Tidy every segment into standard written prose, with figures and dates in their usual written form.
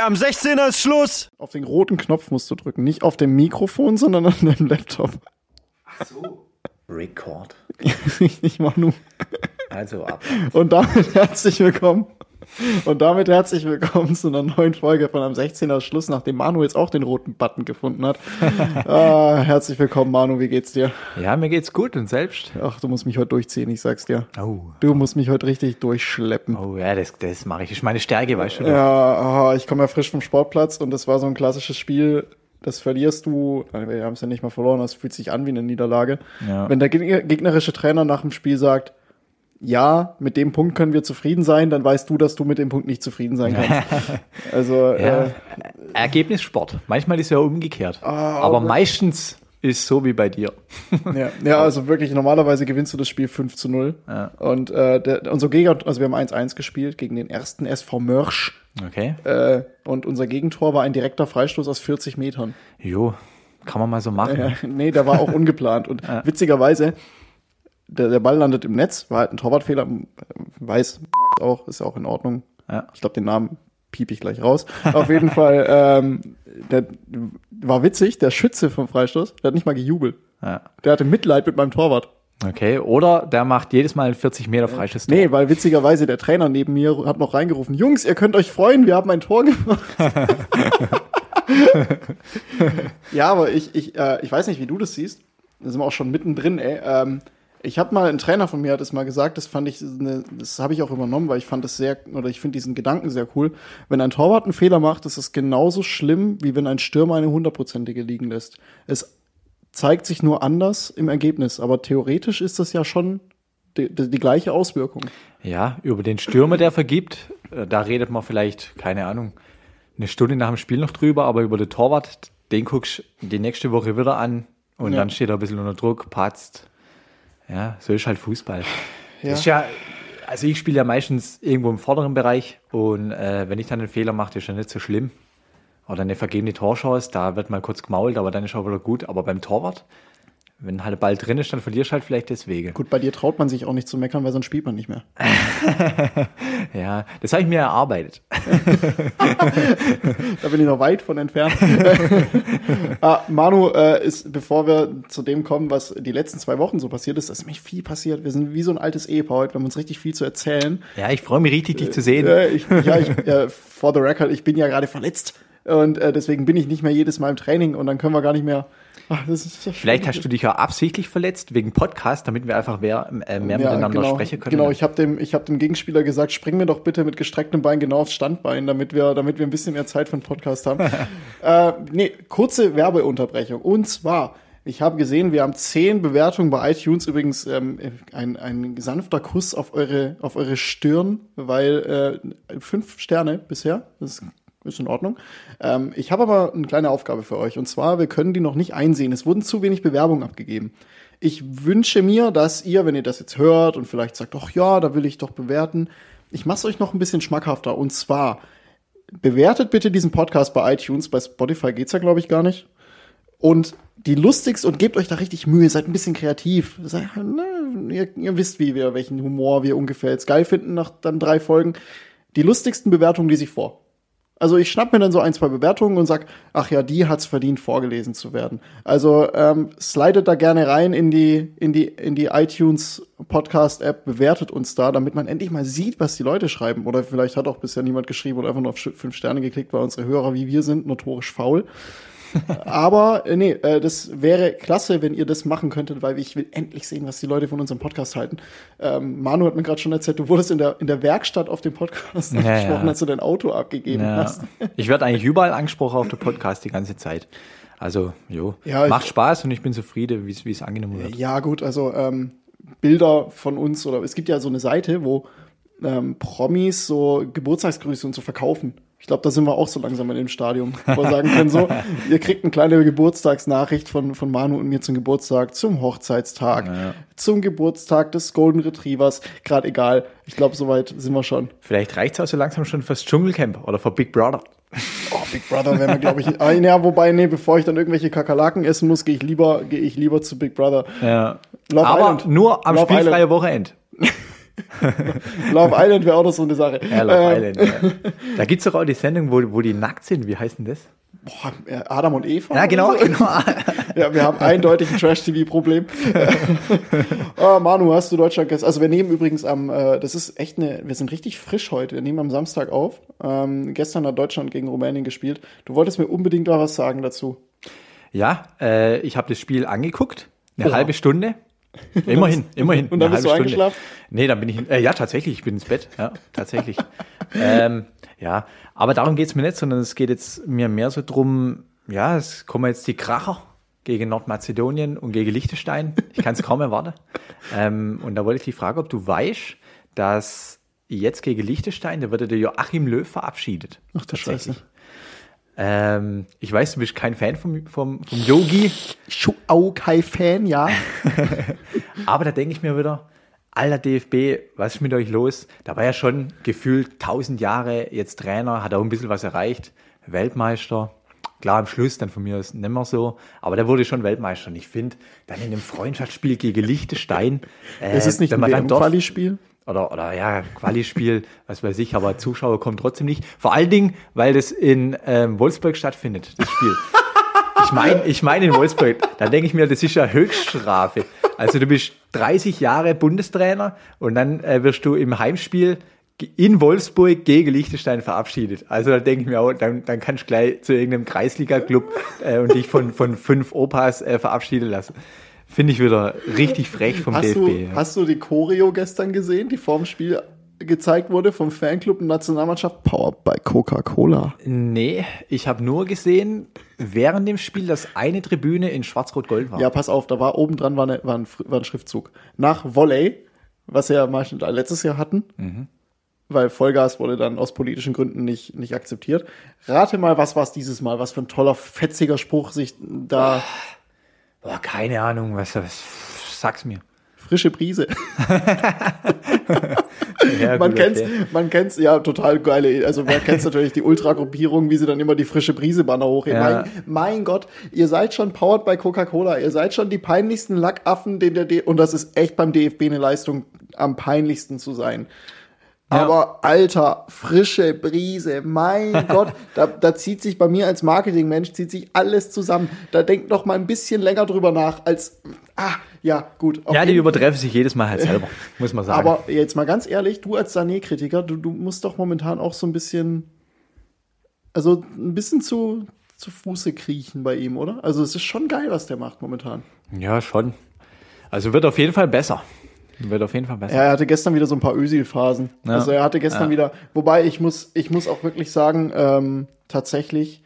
am 16er ist Schluss. Auf den roten Knopf musst du drücken. Nicht auf dem Mikrofon, sondern an deinem Laptop. Ach so. Record. Ich mach nur. Also ab. Und damit herzlich willkommen zu einer neuen Folge von am 16er Schluss, nachdem Manu jetzt auch den roten Button gefunden hat. Herzlich willkommen, Manu, wie geht's dir? Ja, mir geht's gut und selbst? Ach, du musst mich heute durchziehen, ich sag's dir. Oh. Du musst mich heute richtig durchschleppen. Oh ja, das mache ich. Das ist meine Stärke, weißt du. Ja, ich komme ja frisch vom Sportplatz und das war so ein klassisches Spiel, das verlierst du, wir haben es ja nicht mal verloren, das fühlt sich an wie eine Niederlage. Ja. Wenn der gegnerische Trainer nach dem Spiel sagt, ja, mit dem Punkt können wir zufrieden sein, dann weißt du, dass du mit dem Punkt nicht zufrieden sein kannst. Also ja, Ergebnissport. Manchmal ist ja umgekehrt. Aber meistens ist so wie bei dir. Ja, also wirklich, normalerweise gewinnst du das Spiel 5-0. Ja. Und unser Gegner, also wir haben 1-1 gespielt gegen den ersten SV Mörsch. Okay. Und unser Gegentor war ein direkter Freistoß aus 40 Metern. Jo, kann man mal so machen. Nee, der war auch ungeplant. Und witzigerweise, der Ball landet im Netz, war halt ein Torwartfehler, weiß auch, ist auch in Ordnung. Ja. Ich glaube, den Namen piep ich gleich raus. Auf jeden Fall, der war witzig, der Schütze vom Freistoß, der hat nicht mal gejubelt. Ja. Der hatte Mitleid mit meinem Torwart. Okay, oder der macht jedes Mal einen 40 Meter Freistoß. Nee, weil witzigerweise der Trainer neben mir hat noch reingerufen, Jungs, ihr könnt euch freuen, wir haben ein Tor gemacht. Ja, aber ich weiß nicht, wie du das siehst. Da sind wir auch schon mittendrin, ey. Ich habe mal, ein Trainer von mir hat es mal gesagt, das habe ich auch übernommen, weil ich finde diesen Gedanken sehr cool. Wenn ein Torwart einen Fehler macht, ist es genauso schlimm, wie wenn ein Stürmer eine 100%ige liegen lässt. Es zeigt sich nur anders im Ergebnis, aber theoretisch ist das ja schon die gleiche Auswirkung. Ja, über den Stürmer, der vergibt, da redet man vielleicht, keine Ahnung, eine Stunde nach dem Spiel noch drüber, aber über den Torwart, den guckst du die nächste Woche wieder an und dann steht er ein bisschen unter Druck, patzt. Ja, so ist halt Fußball. Ja. Das ist ja, also ich spiele ja meistens irgendwo im vorderen Bereich und wenn ich dann einen Fehler mache, ist ja nicht so schlimm. Oder eine vergebene Torchance, da wird mal kurz gemault, aber dann ist auch wieder gut. Aber beim Torwart, wenn halt der Ball drin ist, dann verlierst du halt vielleicht deswegen. Gut, bei dir traut man sich auch nicht zu meckern, weil sonst spielt man nicht mehr. Ja, das habe ich mir erarbeitet. Da bin ich noch weit von entfernt. Manu, bevor wir zu dem kommen, was die letzten 2 Wochen so passiert ist nämlich viel passiert. Wir sind wie so ein altes Ehepaar heute, wir haben uns richtig viel zu erzählen. Ja, ich freue mich richtig, dich zu sehen. For the record, ich bin ja gerade verletzt. Und deswegen bin ich nicht mehr jedes Mal im Training und dann können wir gar nicht mehr. Vielleicht hast du dich ja absichtlich verletzt wegen Podcast, damit wir einfach mehr miteinander sprechen können. Genau, ich hab dem Gegenspieler gesagt, spring mir doch bitte mit gestrecktem Bein genau aufs Standbein, damit wir ein bisschen mehr Zeit für den Podcast haben. Kurze Werbeunterbrechung. Und zwar, ich habe gesehen, wir haben 10 Bewertungen bei iTunes. Übrigens ein sanfter Kuss auf eure Stirn, weil 5 Sterne bisher. Das ist in Ordnung. Ich habe aber eine kleine Aufgabe für euch. Und zwar, wir können die noch nicht einsehen. Es wurden zu wenig Bewerbungen abgegeben. Ich wünsche mir, dass ihr, wenn ihr das jetzt hört und vielleicht sagt, ach ja, da will ich doch bewerten, ich mache es euch noch ein bisschen schmackhafter. Und zwar, bewertet bitte diesen Podcast bei iTunes. Bei Spotify geht's ja, glaube ich, gar nicht. Und die lustigste, und gebt euch da richtig Mühe, seid ein bisschen kreativ. Ihr wisst, welchen Humor wir ungefähr jetzt geil finden nach dann 3 Folgen. Die lustigsten Bewertungen lese ich vor. Also ich schnapp mir dann so 1, 2 Bewertungen und sag, ach ja, die hat's verdient, vorgelesen zu werden. Also slidet da gerne rein in die iTunes Podcast App, bewertet uns da, damit man endlich mal sieht, was die Leute schreiben. Oder vielleicht hat auch bisher niemand geschrieben oder einfach nur auf 5 Sterne geklickt, weil unsere Hörer wie wir sind notorisch faul. Aber das wäre klasse, wenn ihr das machen könntet, weil ich will endlich sehen, was die Leute von unserem Podcast halten. Manu hat mir gerade schon erzählt, du wurdest in der Werkstatt auf dem Podcast angesprochen, als du dein Auto abgegeben hast. Ich werde eigentlich überall angesprochen auf dem Podcast die ganze Zeit. Also, macht Spaß und ich bin zufrieden, wie es angenommen wird. Ja, gut, also Bilder von uns, oder es gibt ja so eine Seite, wo Promis so Geburtstagsgrüße und so verkaufen. Ich glaube, da sind wir auch so langsam in dem Stadium, wo wir sagen können, so, ihr kriegt eine kleine Geburtstagsnachricht von Manu und mir zum Geburtstag, zum Hochzeitstag, zum Geburtstag des Golden Retrievers, gerade egal. Ich glaube, soweit sind wir schon. Vielleicht reicht's auch so langsam schon fürs Dschungelcamp oder für Big Brother. Oh, Big Brother wäre mir, glaube ich, bevor ich dann irgendwelche Kakerlaken essen muss, gehe ich lieber zu Big Brother. Ja. Aber nur am spielfreien Wochenende. Love Island wäre auch noch so eine Sache. Ja, Love Island, ja. Da gibt es doch auch die Sendung, wo die nackt sind. Wie heißt denn das? Boah, Adam und Eva? Ja, genau, oder so? genau. Ja, wir haben eindeutig ein Trash-TV-Problem. Manu, hast du Deutschland gestern? Also wir nehmen übrigens das ist echt wir sind richtig frisch heute. Wir nehmen am Samstag auf. Gestern hat Deutschland gegen Rumänien gespielt. Du wolltest mir unbedingt noch was sagen dazu. Ja, ich habe das Spiel angeguckt. Eine halbe Stunde. Immerhin. Und dann bist du eingeschlafen? Nee, dann bin ich, ja, tatsächlich, ich bin ins Bett, ja, tatsächlich. Ja, aber darum geht's mir nicht, sondern es geht jetzt mir mehr so drum, ja, es kommen jetzt die Kracher gegen Nordmazedonien und gegen Liechtenstein. Ich kann es kaum erwarten. Und da wollte ich dich fragen, ob du weißt, dass jetzt gegen Liechtenstein, da wurde der Joachim Löw verabschiedet. Ach du Scheiße. Ich weiß, du bist kein Fan vom Yogi. Ich auch kein Fan, ja. Aber da denke ich mir wieder, alter DFB, was ist mit euch los? Da war ja schon gefühlt 1000 Jahre jetzt Trainer, hat auch ein bisschen was erreicht. Weltmeister. Klar, am Schluss dann von mir ist nicht mehr so. Aber der wurde schon Weltmeister. Und ich finde, dann in einem Freundschaftsspiel gegen Liechtenstein. Es ist nicht ein WM-Quali-Spiel? Oder ja, Quali-Spiel, was weiß ich, aber Zuschauer kommen trotzdem nicht. Vor allen Dingen, weil das in Wolfsburg stattfindet, das Spiel. Ich meine in Wolfsburg, da denke ich mir, das ist ja Höchststrafe. Also du bist 30 Jahre Bundestrainer und dann wirst du im Heimspiel in Wolfsburg gegen Liechtenstein verabschiedet. Also da denke ich mir auch, dann kannst du gleich zu irgendeinem Kreisliga-Club und dich von 5 Opas verabschieden lassen. Finde ich wieder richtig frech vom DFB. Hast du die Choreo gestern gesehen, die vorm Spiel gezeigt wurde vom Fanclub und Nationalmannschaft Powered by Coca-Cola? Nee, ich habe nur gesehen, während dem Spiel, dass eine Tribüne in Schwarz-Rot-Gold war. Ja, pass auf, da war oben dran war ein Schriftzug. Nach Volley, was wir ja mal letztes Jahr hatten, weil Vollgas wurde dann aus politischen Gründen nicht akzeptiert. Rate mal, was war es dieses Mal? Was für ein toller, fetziger Spruch sich da... Boah, keine Ahnung, was sag's mir. Frische Brise. Ja, man kennt's, ja, total geile, also man kennt's natürlich die Ultra-Gruppierung, wie sie dann immer die frische Brise-Banner hochheben. Ja. Mein Gott, ihr seid schon powered by Coca-Cola, ihr seid schon die peinlichsten Lackaffen, und das ist echt beim DFB eine Leistung, am peinlichsten zu sein. Ja. Aber Alter, frische Brise, mein Gott, da zieht sich bei mir als Marketingmensch, zieht sich alles zusammen. Da denkt noch mal ein bisschen länger drüber nach, als, ja, gut. Ja, die übertreffen sich jedes Mal halt selber, muss man sagen. Aber jetzt mal ganz ehrlich, du als Sané-Kritiker, du musst doch momentan auch so ein bisschen zu Fuße kriechen bei ihm, oder? Also es ist schon geil, was der macht momentan. Ja, schon. Also wird auf jeden Fall besser. Ja, er hatte gestern wieder so ein paar Özil-Phasen. Ja. Also er hatte gestern wieder, wobei ich muss auch wirklich sagen, tatsächlich,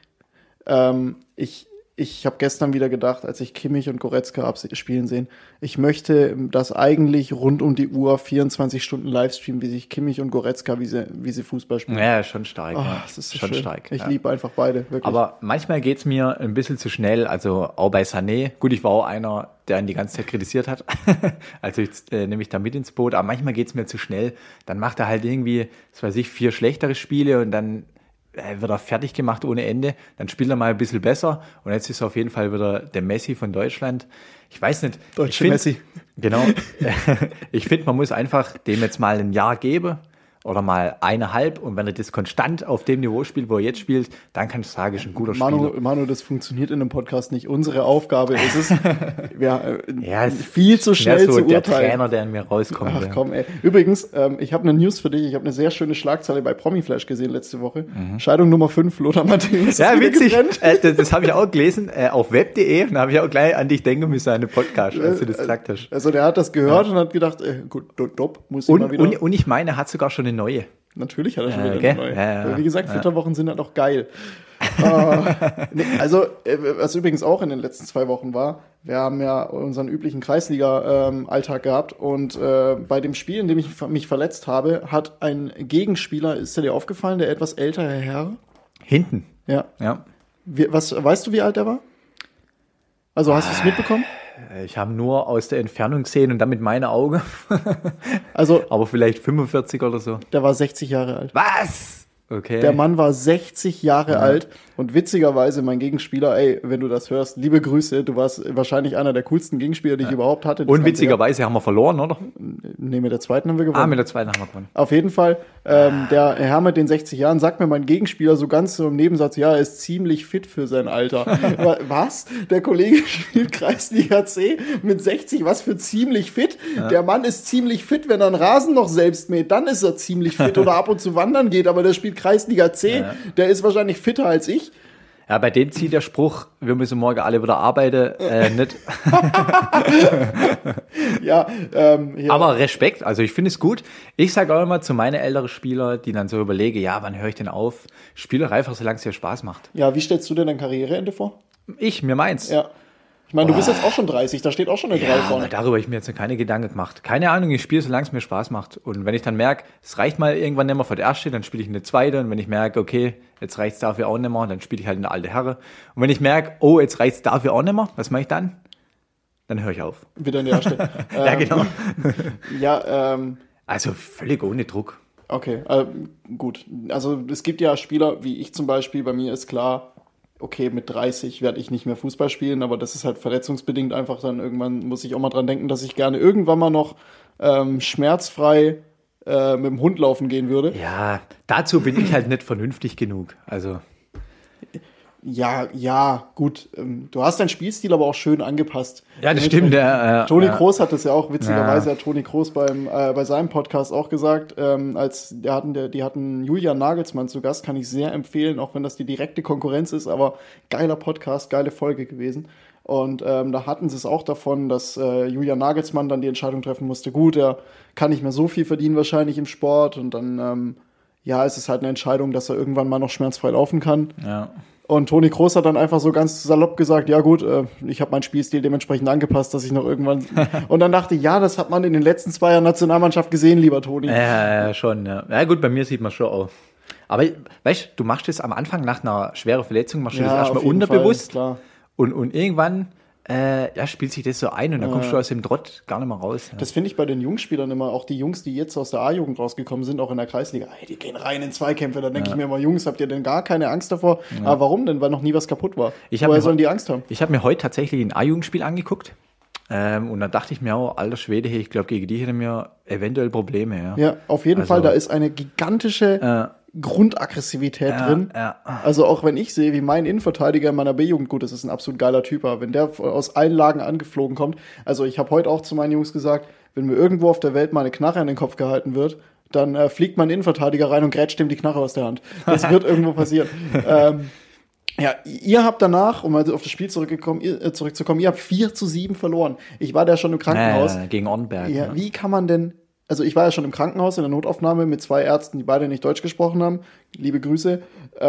ich habe gestern wieder gedacht, als ich Kimmich und Goretzka spielen sehen, ich möchte das eigentlich rund um die Uhr 24 Stunden Livestream, wie sich Kimmich und Goretzka, wie sie Fußball spielen. Ja, schon stark. Das ist so schon schön. stark. Ich liebe einfach beide, wirklich. Aber manchmal geht's mir ein bisschen zu schnell, also auch bei Sané. Gut, ich war auch einer, der ihn die ganze Zeit kritisiert hat. Also jetzt nehme ich da mit ins Boot. Aber manchmal geht's mir zu schnell. Dann macht er halt irgendwie, 4 schlechtere Spiele und dann wird er fertig gemacht ohne Ende, dann spielt er mal ein bisschen besser und jetzt ist er auf jeden Fall wieder der Messi von Deutschland. Ich weiß nicht. Messi. Genau. Ich finde, man muss einfach dem jetzt mal ein Jahr geben oder mal 1,5 und wenn er das konstant auf dem Niveau spielt, wo er jetzt spielt, dann kannst du sagen, ist ein guter Spieler. Manu, das funktioniert in einem Podcast nicht. Unsere Aufgabe ist es, viel zu schnell so zu urteilen. Der Trainer, der in mir rauskommt. Ach komm, ey. Übrigens, ich habe eine News für dich. Ich habe eine sehr schöne Schlagzeile bei Promiflash gesehen letzte Woche. Scheidung Nummer 5, Lothar Matthäus. Ja, witzig. Das habe ich auch gelesen auf web.de und da habe ich auch gleich an dich denken müssen, eine Podcast, als du das gesagt hast. Also der hat das gehört und hat gedacht, gut, muss ich mal wieder... Und ich meine, er hat sogar schon eine neue. Natürlich hat er schon wieder eine neue. Ja. Wie gesagt, Flitterwochen sind halt auch geil. Also, was übrigens auch in den letzten 2 Wochen war, wir haben ja unseren üblichen Kreisliga-Alltag gehabt und bei dem Spiel, in dem ich mich verletzt habe, hat ein Gegenspieler, ist dir aufgefallen, der etwas ältere Herr? Hinten? Ja. Ja. Weißt du, wie alt er war? Also, hast du es mitbekommen? Ich habe nur aus der Entfernung gesehen und dann mit meinen Augen. Also, aber vielleicht 45 oder so. Der war 60 Jahre alt. Was? Okay. Der Mann war 60 Jahre alt und witzigerweise mein Gegenspieler, ey, wenn du das hörst, liebe Grüße, du warst wahrscheinlich einer der coolsten Gegenspieler, die ich überhaupt hatte. Und witzigerweise haben wir verloren, oder? Nee, mit der zweiten haben wir gewonnen. Mit der zweiten haben wir gewonnen. Auf jeden Fall, der Herr mit den 60 Jahren sagt mir mein Gegenspieler so ganz so im Nebensatz, ja, er ist ziemlich fit für sein Alter. Was? Der Kollege spielt Kreisliga C mit 60, was für ziemlich fit? Ja. Der Mann ist ziemlich fit, wenn er einen Rasen noch selbst mäht, dann ist er ziemlich fit oder ab und zu wandern geht, aber der spielt Kreisliga C, der ist wahrscheinlich fitter als ich. Ja, bei dem zieht der Spruch, wir müssen morgen alle wieder arbeiten, nicht. Ja. Aber Respekt, also ich finde es gut. Ich sage auch immer zu meinen älteren Spielern, die dann so überlegen, ja, wann höre ich denn auf? Spiele einfach, solange es dir Spaß macht. Ja, wie stellst du denn dein Karriereende vor? Mir meins. Ja. Ich meine, du bist jetzt auch schon 30, da steht auch schon eine 3 vorne. Aber darüber habe ich mir jetzt keine Gedanken gemacht. Keine Ahnung, ich spiele, solange es mir Spaß macht. Und wenn ich dann merke, es reicht mal irgendwann nicht mehr für die erste, dann spiele ich eine zweite. Und wenn ich merke, okay, jetzt reicht es dafür auch nicht mehr, dann spiele ich halt eine alte Herre. Und wenn ich merke, oh, jetzt reicht es dafür auch nicht mehr, was mache ich dann? Dann höre ich auf. Wieder eine erste. Ja, genau. Also völlig ohne Druck. Okay, gut. Also es gibt ja Spieler, wie ich zum Beispiel, bei mir ist klar, okay, mit 30 werde ich nicht mehr Fußball spielen, aber das ist halt verletzungsbedingt einfach dann irgendwann, muss ich auch mal dran denken, dass ich gerne irgendwann mal noch schmerzfrei mit dem Hund laufen gehen würde. Ja, dazu bin ich halt nicht vernünftig genug. Also Ja, gut. Du hast deinen Spielstil aber auch schön angepasst. Ja, das stimmt. Toni Kroos hat das ja auch, witzigerweise hat Toni Kroos bei seinem Podcast auch gesagt, die hatten Julian Nagelsmann zu Gast, kann ich sehr empfehlen, auch wenn das die direkte Konkurrenz ist, aber geiler Podcast, geile Folge gewesen. Und da hatten sie es auch davon, dass Julian Nagelsmann dann die Entscheidung treffen musste, gut, er kann nicht mehr so viel verdienen wahrscheinlich im Sport und dann, ist es halt eine Entscheidung, dass er irgendwann mal noch schmerzfrei laufen kann. Ja. Und Toni Kroos hat dann einfach so ganz salopp gesagt, ja gut, ich habe meinen Spielstil dementsprechend angepasst, dass ich noch irgendwann... Und dann dachte ich, ja, das hat man in den letzten 2 Jahren Nationalmannschaft gesehen, lieber Toni. Ja, schon, ja. Ja gut, bei mir sieht man schon auch. Aber weißt du, du machst das am Anfang nach einer schweren Verletzung, machst du das erstmal unterbewusst. Fall, klar. Und irgendwann spielt sich das so ein und dann kommst du aus dem Trott gar nicht mehr raus. Ja. Das finde ich bei den Jungspielern immer, auch die Jungs, die jetzt aus der A-Jugend rausgekommen sind, auch in der Kreisliga, die gehen rein in Zweikämpfe, da denke ich mir immer, Jungs, habt ihr denn gar keine Angst davor? Ja. Aber warum denn? Weil noch nie was kaputt war. Woher sollen die Angst haben? Ich habe mir heute tatsächlich ein A-Jugendspiel angeguckt und dann dachte ich mir auch, alter Schwede, ich glaube, gegen die hätten wir eventuell Probleme. Ja, auf jeden Fall, da ist eine gigantische Grundaggressivität drin. Ja. Also auch wenn ich sehe, wie mein Innenverteidiger in meiner B-Jugend, gut, das ist ein absolut geiler Typ, aber wenn der aus allen Lagen angeflogen kommt, also ich habe heute auch zu meinen Jungs gesagt, wenn mir irgendwo auf der Welt mal eine Knarre in den Kopf gehalten wird, dann fliegt mein Innenverteidiger rein und grätscht ihm die Knarre aus der Hand. Das wird irgendwo passieren. Ja, ihr habt danach, um also auf das Spiel zurückzukommen, ihr habt 4-7 verloren. Ich war da schon im Krankenhaus. Gegen Ornberg. Ja, wie kann man denn... Also ich war ja schon im Krankenhaus in der Notaufnahme mit 2 Ärzten, die beide nicht Deutsch gesprochen haben. Liebe Grüße.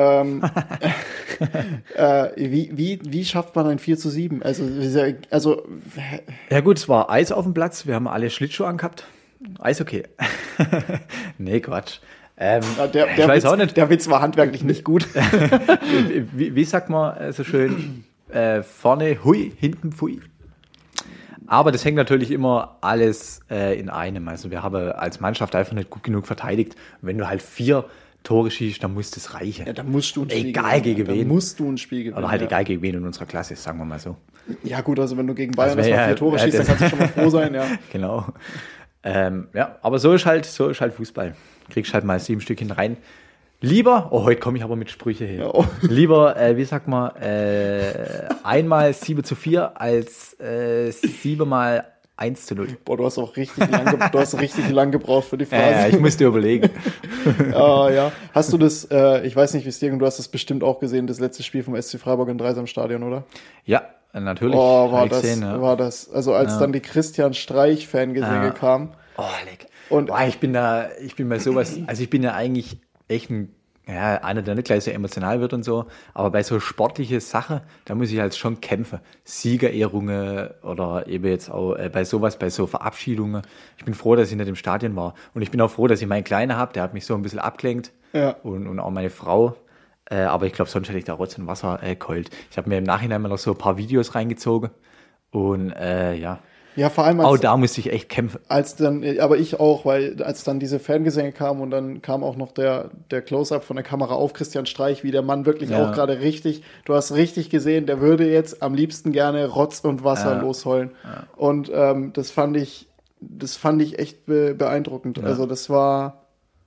Wie schafft man ein 4-7? Also ja gut, es war Eis auf dem Platz. Wir haben alle Schlittschuhe angehabt. Eis okay. Nee, Quatsch. Ich weiß auch nicht. Der Witz war handwerklich nicht gut. wie sagt man so schön? Vorne hui, hinten pfui. Aber das hängt natürlich immer alles in einem. Also wir haben als Mannschaft einfach nicht gut genug verteidigt. Und wenn du halt 4 Tore schießt, dann muss das reichen. Ja, dann musst du ein Spiel egal gegen wen. Dann musst du ein Spiel gewinnen. Aber halt egal gegen wen in unserer Klasse, sagen wir mal so. Ja gut, also wenn du gegen Bayern erstmal 4 Tore schießt, dann kannst du schon mal froh sein. Ja. Genau. Aber so ist halt Fußball. Kriegst halt mal 7 Stückchen rein. Lieber, heute komme ich aber mit Sprüche her. Ja, Lieber, wie sagt man, einmal 7-4 als 7-mal 1-0. Boah, du hast auch richtig lang gebraucht für die Phrase. Ja, ich musste überlegen. Ja. Hast du das, ich weiß nicht, wie es dir ging, du hast das bestimmt auch gesehen, das letzte Spiel vom SC Freiburg im Dreisamstadion, oder? Ja, natürlich. Oh, war das, also als dann die Christian Streich-Fangesänge kamen. Oh, leck. Und ich bin bei sowas, also ich bin ja eigentlich echt einer, der nicht gleich so emotional wird und so, aber bei so sportliche Sachen, da muss ich halt schon kämpfen. Siegerehrungen oder eben jetzt auch bei so Verabschiedungen. Ich bin froh, dass ich nicht im Stadion war. Und ich bin auch froh, dass ich meinen Kleinen habe, der hat mich so ein bisschen abgelenkt. Ja. Und auch meine Frau. Aber ich glaube, sonst hätte ich da Rotz und Wasser geheult. Ich habe mir im Nachhinein mal noch so ein paar Videos reingezogen und Ja, vor allem da musste ich echt kämpfen. Aber ich auch, weil als dann diese Fangesänge kamen und dann kam auch noch der Close-Up von der Kamera auf Christian Streich, wie der Mann wirklich auch gerade du hast richtig gesehen, der würde jetzt am liebsten gerne Rotz und Wasser losheulen. Ja. Und das fand ich echt beeindruckend. Ja. Also das war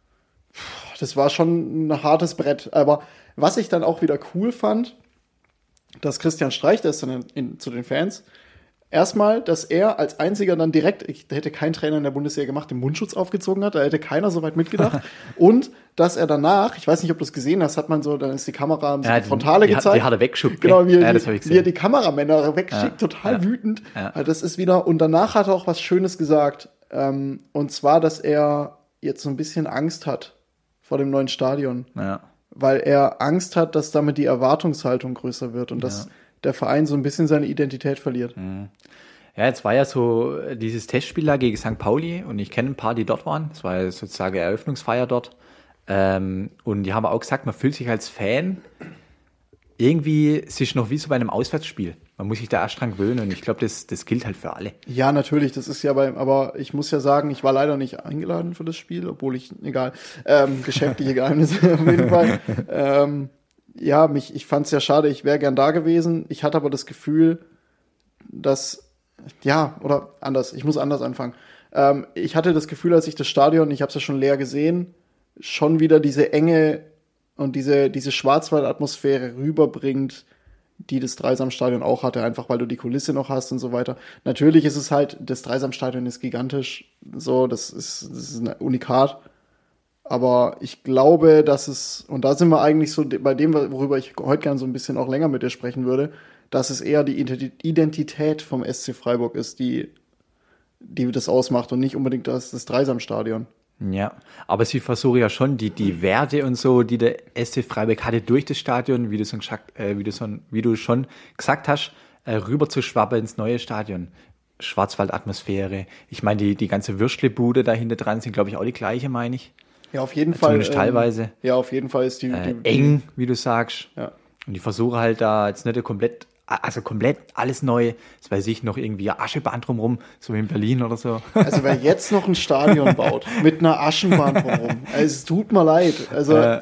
schon ein hartes Brett. Aber was ich dann auch wieder cool fand, dass Christian Streich, der ist dann zu den Fans, erstmal, dass er als einziger dann direkt, da hätte kein Trainer in der Bundesliga gemacht, den Mundschutz aufgezogen hat, da hätte keiner so weit mitgedacht. Und dass er danach, ich weiß nicht, ob du es gesehen hast, dann ist die Kamera die Frontale gezeigt. Die hat er weggeschubst. Genau, wie er die Kameramänner wegschickt, total wütend. Ja. Das ist wieder, und danach hat er auch was Schönes gesagt. Und zwar, dass er jetzt so ein bisschen Angst hat vor dem neuen Stadion. Ja. Weil er Angst hat, dass damit die Erwartungshaltung größer wird und dass der Verein so ein bisschen seine Identität verliert. Ja, jetzt war ja so dieses Testspiel da gegen St. Pauli und ich kenne ein paar, die dort waren. Das war ja sozusagen Eröffnungsfeier dort. Und die haben auch gesagt, man fühlt sich als Fan irgendwie sich noch wie so bei einem Auswärtsspiel. Man muss sich da erst dran gewöhnen und ich glaube, das gilt halt für alle. Ja, natürlich, das ist ja aber ich muss ja sagen, ich war leider nicht eingeladen für das Spiel, obwohl geschäftliche Geheimnisse auf jeden Fall. Ich fand es ja schade, ich wäre gern da gewesen. Ich hatte aber das Gefühl, ich muss anders anfangen. Ich hatte das Gefühl, als ich das Stadion, ich habe es ja schon leer gesehen, schon wieder diese Enge und diese Schwarzwald-Atmosphäre rüberbringt, die das Dreisamstadion auch hatte, einfach weil du die Kulisse noch hast und so weiter. Natürlich ist es halt, das Dreisamstadion ist gigantisch, so, das ist ein Unikat. Aber ich glaube, dass es, und da sind wir eigentlich so bei dem, worüber ich heute gern so ein bisschen auch länger mit dir sprechen würde, dass es eher die Identität vom SC Freiburg ist, die das ausmacht und nicht unbedingt das Dreisamstadion. Ja, aber sie versuchen ja schon die Werte und so, die der SC Freiburg hatte durch das Stadion, wie du schon gesagt hast, rüber zu schwappen ins neue Stadion. Schwarzwald-Atmosphäre. Ich meine, die ganze Würstlebude da hinter dran sind, glaube ich, auch die gleiche, meine ich. Ja, auf jeden Fall. Zumindest teilweise. Ja, auf jeden Fall ist die eng, wie du sagst. Ja. Und die versuchen halt da jetzt nicht komplett alles neu, das weiß ich, noch irgendwie Aschebahn drumherum, so wie in Berlin oder so. Also wer jetzt noch ein Stadion baut, mit einer Aschenbahn drumherum, es tut mir leid. Also,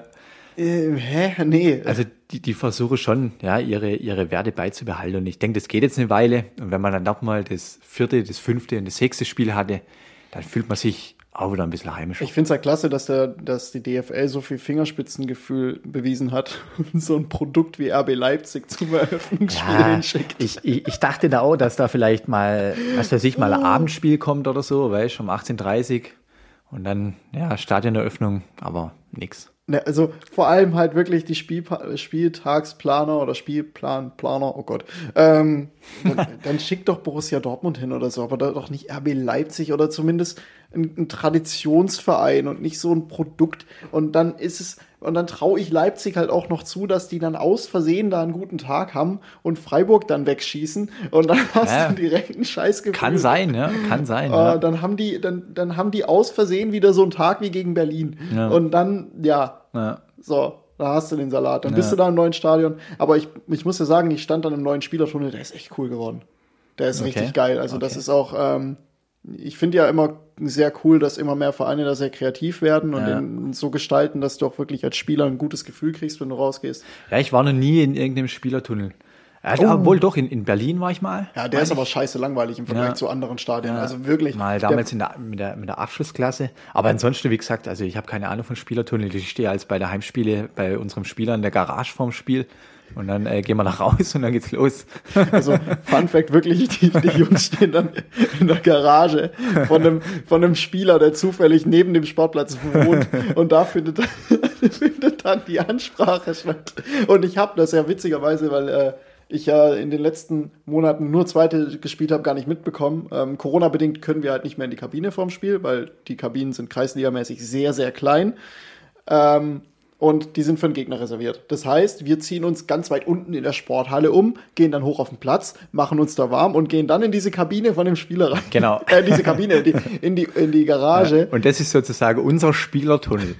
nee. Also die versuchen schon, ja, ihre Werte beizubehalten. Und ich denke, das geht jetzt eine Weile. Und wenn man dann nochmal das 4., das 5. und das 6. Spiel hatte, dann fühlt man sich auch wieder ein bisschen heimischer. Ich finde es ja klasse, dass die DFL so viel Fingerspitzengefühl bewiesen hat und so ein Produkt wie RB Leipzig zum Eröffnungsspiel hinschickt. Ich dachte da auch, dass da vielleicht mal, mal ein Abendspiel kommt oder so, weißt du, um 18:30 und dann, Stadioneröffnung, aber nix. Ne, also vor allem halt wirklich die Spieltagsplaner oder Spielplaner, oh Gott. Dann schickt doch Borussia Dortmund hin oder so, aber doch nicht RB Leipzig oder zumindest ein Traditionsverein und nicht so ein Produkt. Und dann traue ich Leipzig halt auch noch zu, dass die dann aus Versehen da einen guten Tag haben und Freiburg dann wegschießen und dann hast du direkt einen Scheißgefühl. Kann sein, ja. Ja. Dann haben die aus Versehen wieder so einen Tag wie gegen Berlin. Ja. Und dann, so, da hast du den Salat. Dann bist du da im neuen Stadion. Aber ich muss ja sagen, ich stand dann im neuen Spielertunnel, der ist echt cool geworden. Der ist richtig geil. Also das ist auch, ich finde ja immer sehr cool, dass immer mehr Vereine da sehr kreativ werden und den so gestalten, dass du auch wirklich als Spieler ein gutes Gefühl kriegst, wenn du rausgehst. Ja, ich war noch nie in irgendeinem Spielertunnel. Obwohl doch, in Berlin war ich mal. Ja, der ist aber scheiße langweilig im Vergleich zu anderen Stadien. Ja, also wirklich. Mal damals mit der Abschlussklasse. Aber ansonsten, wie gesagt, also ich habe keine Ahnung von Spielertunnel. Ich stehe als bei der Heimspiele bei unserem Spieler in der Garage vorm Spiel. Und dann gehen wir nach raus und dann geht's los. Also Fun Fact, wirklich, die Jungs stehen dann in der Garage von einem Spieler, der zufällig neben dem Sportplatz wohnt. Und da findet dann die Ansprache statt. Und ich habe das ja witzigerweise, weil ich ja in den letzten Monaten nur Zweite gespielt habe, gar nicht mitbekommen. Corona-bedingt können wir halt nicht mehr in die Kabine vorm Spiel, weil die Kabinen sind kreisligamäßig sehr, sehr klein. Und die sind für den Gegner reserviert. Das heißt, wir ziehen uns ganz weit unten in der Sporthalle um, gehen dann hoch auf den Platz, machen uns da warm und gehen dann in diese Kabine von dem Spieler rein. Genau. Diese Kabine, in die Garage. Ja, und das ist sozusagen unser Spielertunnel.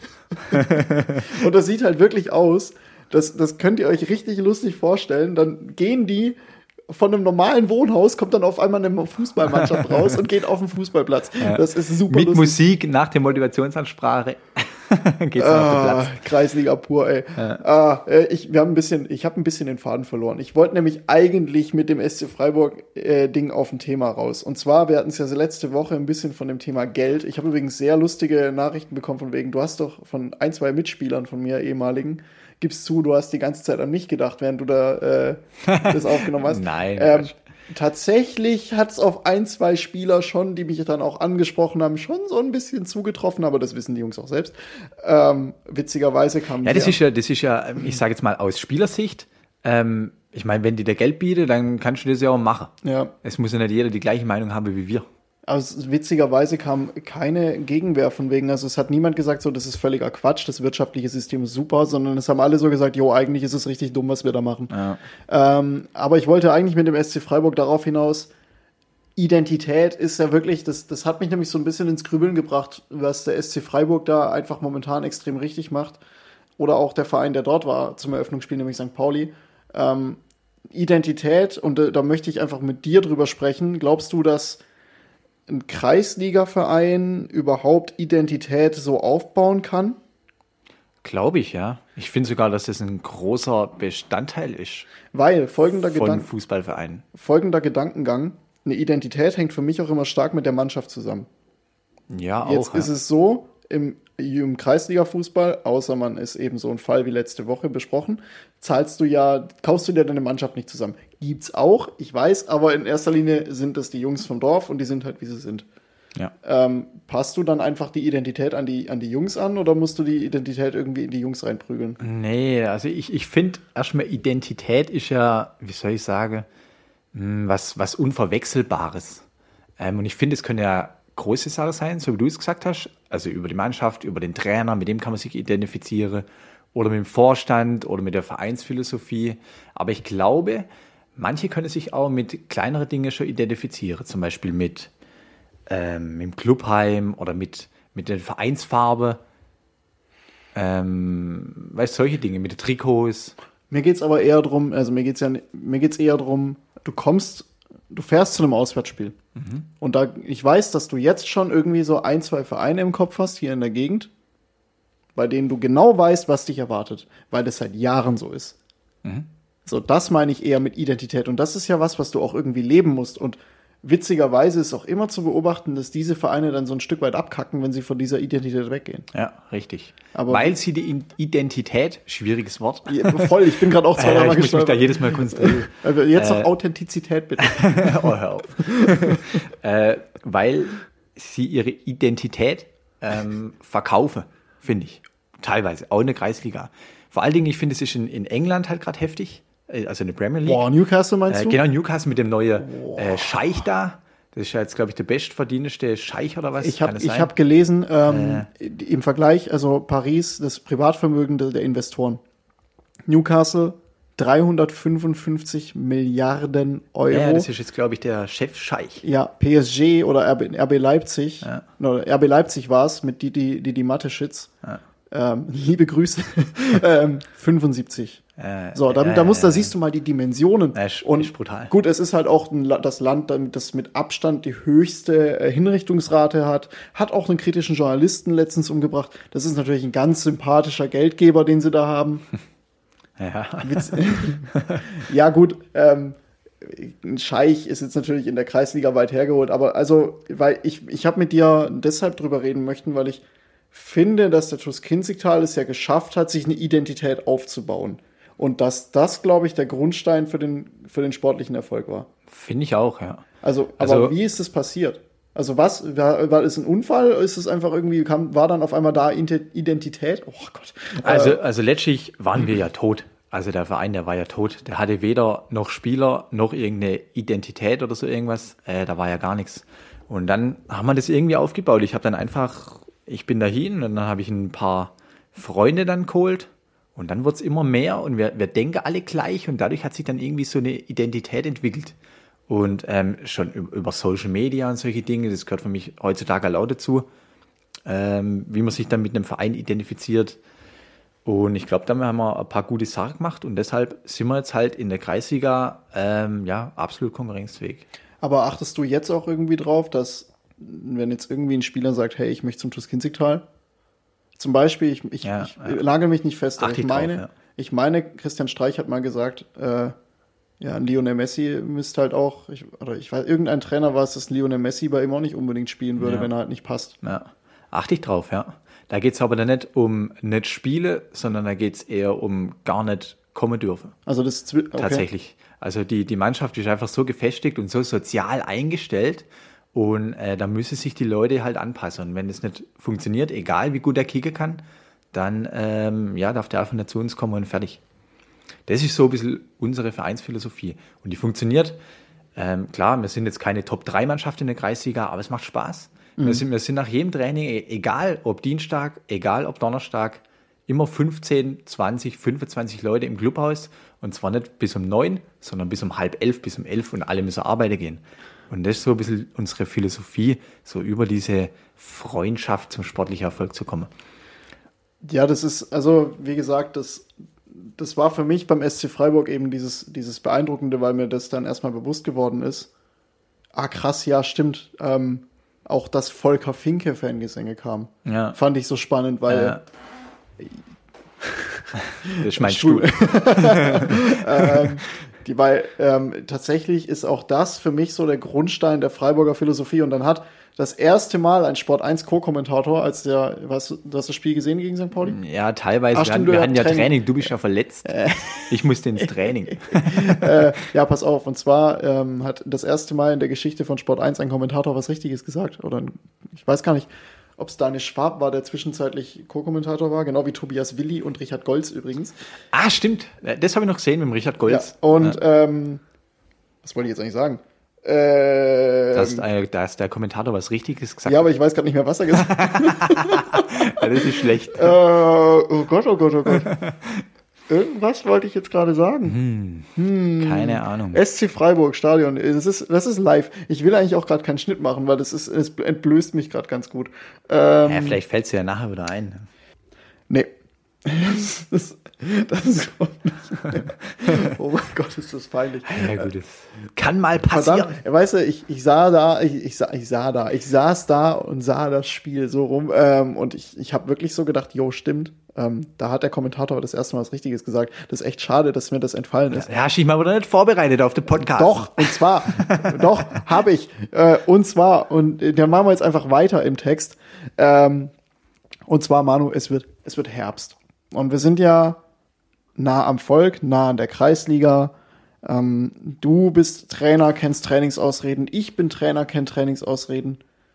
Und das sieht halt wirklich aus, das könnt ihr euch richtig lustig vorstellen. Dann gehen die von einem normalen Wohnhaus kommt dann auf einmal eine Fußballmannschaft raus und geht auf den Fußballplatz. Ja. Das ist super mit lustig. Musik nach der Motivationsansprache geht's auf den Platz. Kreisliga pur, ey. Ja. Ich habe ein bisschen den Faden verloren. Ich wollte nämlich eigentlich mit dem SC Freiburg Ding auf ein Thema raus. Und zwar, wir hatten es ja letzte Woche ein bisschen von dem Thema Geld. Ich habe übrigens sehr lustige Nachrichten bekommen von wegen, du hast doch von 1, 2 Mitspielern von mir, ehemaligen, gibst zu, du hast die ganze Zeit an mich gedacht, während du da das aufgenommen hast. Nein. Tatsächlich hat es auf 1, 2 Spieler schon, die mich dann auch angesprochen haben, schon so ein bisschen zugetroffen, aber das wissen die Jungs auch selbst. Witzigerweise kam das ist ja, ich sage jetzt mal aus Spielersicht, ich meine, wenn die dir Geld bietet, dann kannst du das ja auch machen. Ja. Es muss ja nicht jeder die gleiche Meinung haben wie wir. Also witzigerweise kam keine Gegenwehr von wegen, also es hat niemand gesagt, so, das ist völliger Quatsch, das wirtschaftliche System ist super, sondern es haben alle so gesagt, jo, eigentlich ist es richtig dumm, was wir da machen. Ja. Aber ich wollte eigentlich mit dem SC Freiburg darauf hinaus, Identität ist ja wirklich, das hat mich nämlich so ein bisschen ins Grübeln gebracht, was der SC Freiburg da einfach momentan extrem richtig macht. Oder auch der Verein, der dort war zum Eröffnungsspiel, nämlich St. Pauli. Identität, und da möchte ich einfach mit dir drüber sprechen. Glaubst du, dass ein Kreisliga-Verein überhaupt Identität so aufbauen kann? Glaube ich, ja. Ich finde sogar, dass das ein großer Bestandteil ist. Weil von Fußballvereinen. Folgender Gedankengang: Eine Identität hängt für mich auch immer stark mit der Mannschaft zusammen. Ja, auch. Jetzt ist es so, im Kreisliga-Fußball, außer man ist eben so ein Fall wie letzte Woche besprochen, kaufst du dir deine Mannschaft nicht zusammen. Gibt's auch, ich weiß, aber in erster Linie sind das die Jungs vom Dorf und die sind halt, wie sie sind. Ja. Passt du dann einfach die Identität an die Jungs an oder musst du die Identität irgendwie in die Jungs reinprügeln? Nee, also ich finde erstmal, Identität ist ja, wie soll ich sagen, was Unverwechselbares. Und ich finde, es können ja große Sache sein, so wie du es gesagt hast, also über die Mannschaft, über den Trainer, mit dem kann man sich identifizieren, oder mit dem Vorstand oder mit der Vereinsphilosophie. Aber ich glaube, manche können sich auch mit kleineren Dingen schon identifizieren, zum Beispiel mit dem Clubheim oder mit der Vereinsfarbe. Weißt du, solche Dinge, mit den Trikots. Mir geht's aber eher drum, du fährst zu einem Auswärtsspiel. Mhm. Und ich weiß, dass du jetzt schon irgendwie so 1, 2 Vereine im Kopf hast, hier in der Gegend, bei denen du genau weißt, was dich erwartet, weil das seit Jahren so ist. Mhm. So, das meine ich eher mit Identität. Und das ist ja was du auch irgendwie leben musst. Und witzigerweise ist auch immer zu beobachten, dass diese Vereine dann so ein Stück weit abkacken, wenn sie von dieser Identität weggehen. Ja, richtig. Aber weil sie die Identität, schwieriges Wort. Ja, voll, ich bin gerade auch 2 Mal gestolpert. Ich muss mich da jedes Mal konzentrieren. Jetzt noch Authentizität, bitte. Oh, hör auf. Weil sie ihre Identität verkaufen, finde ich. Teilweise, auch in der Kreisliga. Vor allen Dingen, ich finde, es ist in England halt gerade heftig. Also in der Premier League. Boah, Newcastle meinst du? Genau, Newcastle mit dem neuen Scheich da. Das ist ja jetzt, glaube ich, der bestverdienendste Scheich oder was? Ich habe gelesen, im Vergleich, also Paris, das Privatvermögen der Investoren. Newcastle, 355 Milliarden Euro. Ja, das ist jetzt, glaube ich, der Chefscheich. Ja, PSG oder RB Leipzig. Ja. Oder RB Leipzig war es, mit die Mateschitz. Ja. Liebe Grüße. 75. Da siehst du mal die Dimensionen. Ist brutal. Gut, es ist halt auch das Land, das mit Abstand die höchste Hinrichtungsrate hat auch einen kritischen Journalisten letztens umgebracht. Das ist natürlich ein ganz sympathischer Geldgeber, den sie da haben. Ja. Ja, gut, ein Scheich ist jetzt natürlich in der Kreisliga weit hergeholt, aber also, weil ich habe mit dir deshalb drüber reden möchten, weil ich finde, dass der TuS Kinzigtal es ja geschafft hat, sich eine Identität aufzubauen. Und dass das, glaube ich, der Grundstein für den sportlichen Erfolg war. Finde ich auch, ja. Aber wie ist das passiert? Also war es ein Unfall? Ist es einfach irgendwie, war dann auf einmal da Identität? Oh Gott. Also letztlich waren wir ja tot. Also der Verein, der war ja tot. Der hatte weder noch Spieler, noch irgendeine Identität oder so irgendwas. Da war ja gar nichts. Und dann haben wir das irgendwie aufgebaut. Ich bin dahin und dann habe ich ein paar Freunde dann geholt und dann wird es immer mehr und wir denken alle gleich und dadurch hat sich dann irgendwie so eine Identität entwickelt. Und schon über Social Media und solche Dinge, das gehört für mich heutzutage auch dazu, wie man sich dann mit einem Verein identifiziert. Und ich glaube, damit haben wir ein paar gute Sachen gemacht und deshalb sind wir jetzt halt in der Kreisliga absolut konkurrenzfähig. Aber achtest du jetzt auch irgendwie drauf, dass, wenn jetzt irgendwie ein Spieler sagt, hey, ich möchte zum TuS Kinzigtal, zum Beispiel, ich lage mich nicht fest, aber ich meine, Christian Streich hat mal gesagt, Lionel Messi müsste halt auch, ich weiß, irgendein Trainer war es, dass Lionel Messi bei ihm auch nicht unbedingt spielen würde, wenn er halt nicht passt. Ja, achte ich drauf, ja. Da geht es aber dann nicht um nicht Spiele, sondern da geht es eher um gar nicht kommen dürfen. Also das Tatsächlich. Also die Mannschaft ist einfach so gefestigt und so sozial eingestellt und da müssen sich die Leute halt anpassen. Und wenn es nicht funktioniert, egal wie gut der kicken kann, dann darf der einfach nicht zu uns kommen und fertig. Das ist so ein bisschen unsere Vereinsphilosophie. Und die funktioniert. Klar, wir sind jetzt keine Top-3-Mannschaft in der Kreisliga, aber es macht Spaß. Wir sind nach jedem Training, egal ob Dienstag, egal ob Donnerstag, immer 15, 20, 25 Leute im Clubhaus. Und zwar nicht bis um 9, sondern bis um 10:30, bis um 11 und alle müssen arbeiten gehen. Und das ist so ein bisschen unsere Philosophie, so über diese Freundschaft zum sportlichen Erfolg zu kommen. Ja, das ist, also wie gesagt, das war für mich beim SC Freiburg eben dieses Beeindruckende, weil mir das dann erstmal bewusst geworden ist. Ah, krass, ja, stimmt. Auch dass Volker Finke Fangesänge kam. Ja. Fand ich so spannend, weil das ist mein Stuhl. Tatsächlich ist auch das für mich so der Grundstein der Freiburger Philosophie. Und dann hat das erste Mal ein Sport 1 Co-Kommentator, du hast das Spiel gesehen gegen St. Pauli? Ja, teilweise. Wir hatten ja Training. Du bist ja verletzt. Ich musste ins Training. Ja, pass auf. Und zwar hat das erste Mal in der Geschichte von Sport 1 ein Kommentator was Richtiges gesagt. Ich weiß gar nicht, ob es Daniel Schwab war, der zwischenzeitlich Co-Kommentator war, genau wie Tobias Willi und Richard Golz übrigens. Ah, stimmt. Das habe ich noch gesehen mit dem Richard Golz. Ja, und was wollte ich jetzt eigentlich sagen? Dass der Kommentator was Richtiges gesagt hat. Ja, aber ich weiß gerade nicht mehr, was er gesagt hat. Ja, das ist schlecht. Oh Gott. Irgendwas wollte ich jetzt gerade sagen. Keine Ahnung. SC Freiburg Stadion, das ist live. Ich will eigentlich auch gerade keinen Schnitt machen, weil es entblößt mich gerade ganz gut. Vielleicht fällt es dir ja nachher wieder ein. Nee. Das ist oh mein Gott, ist das peinlich. Ja gut, das kann mal passieren. Verdammt, weißt du, ich saß da und sah das Spiel so rum und ich habe wirklich so gedacht, jo, stimmt. Da hat der Kommentator das erste Mal was Richtiges gesagt. Das ist echt schade, dass mir das entfallen ist. Ja, hast dich mal wieder nicht vorbereitet auf den Podcast. Doch, habe ich. Und dann machen wir jetzt einfach weiter im Text. Und zwar, Manu, es wird Herbst. Und wir sind ja nah am Volk, nah an der Kreisliga. Du bist Trainer, kennst Trainingsausreden. Ich bin Trainer, kenn Trainingsausreden.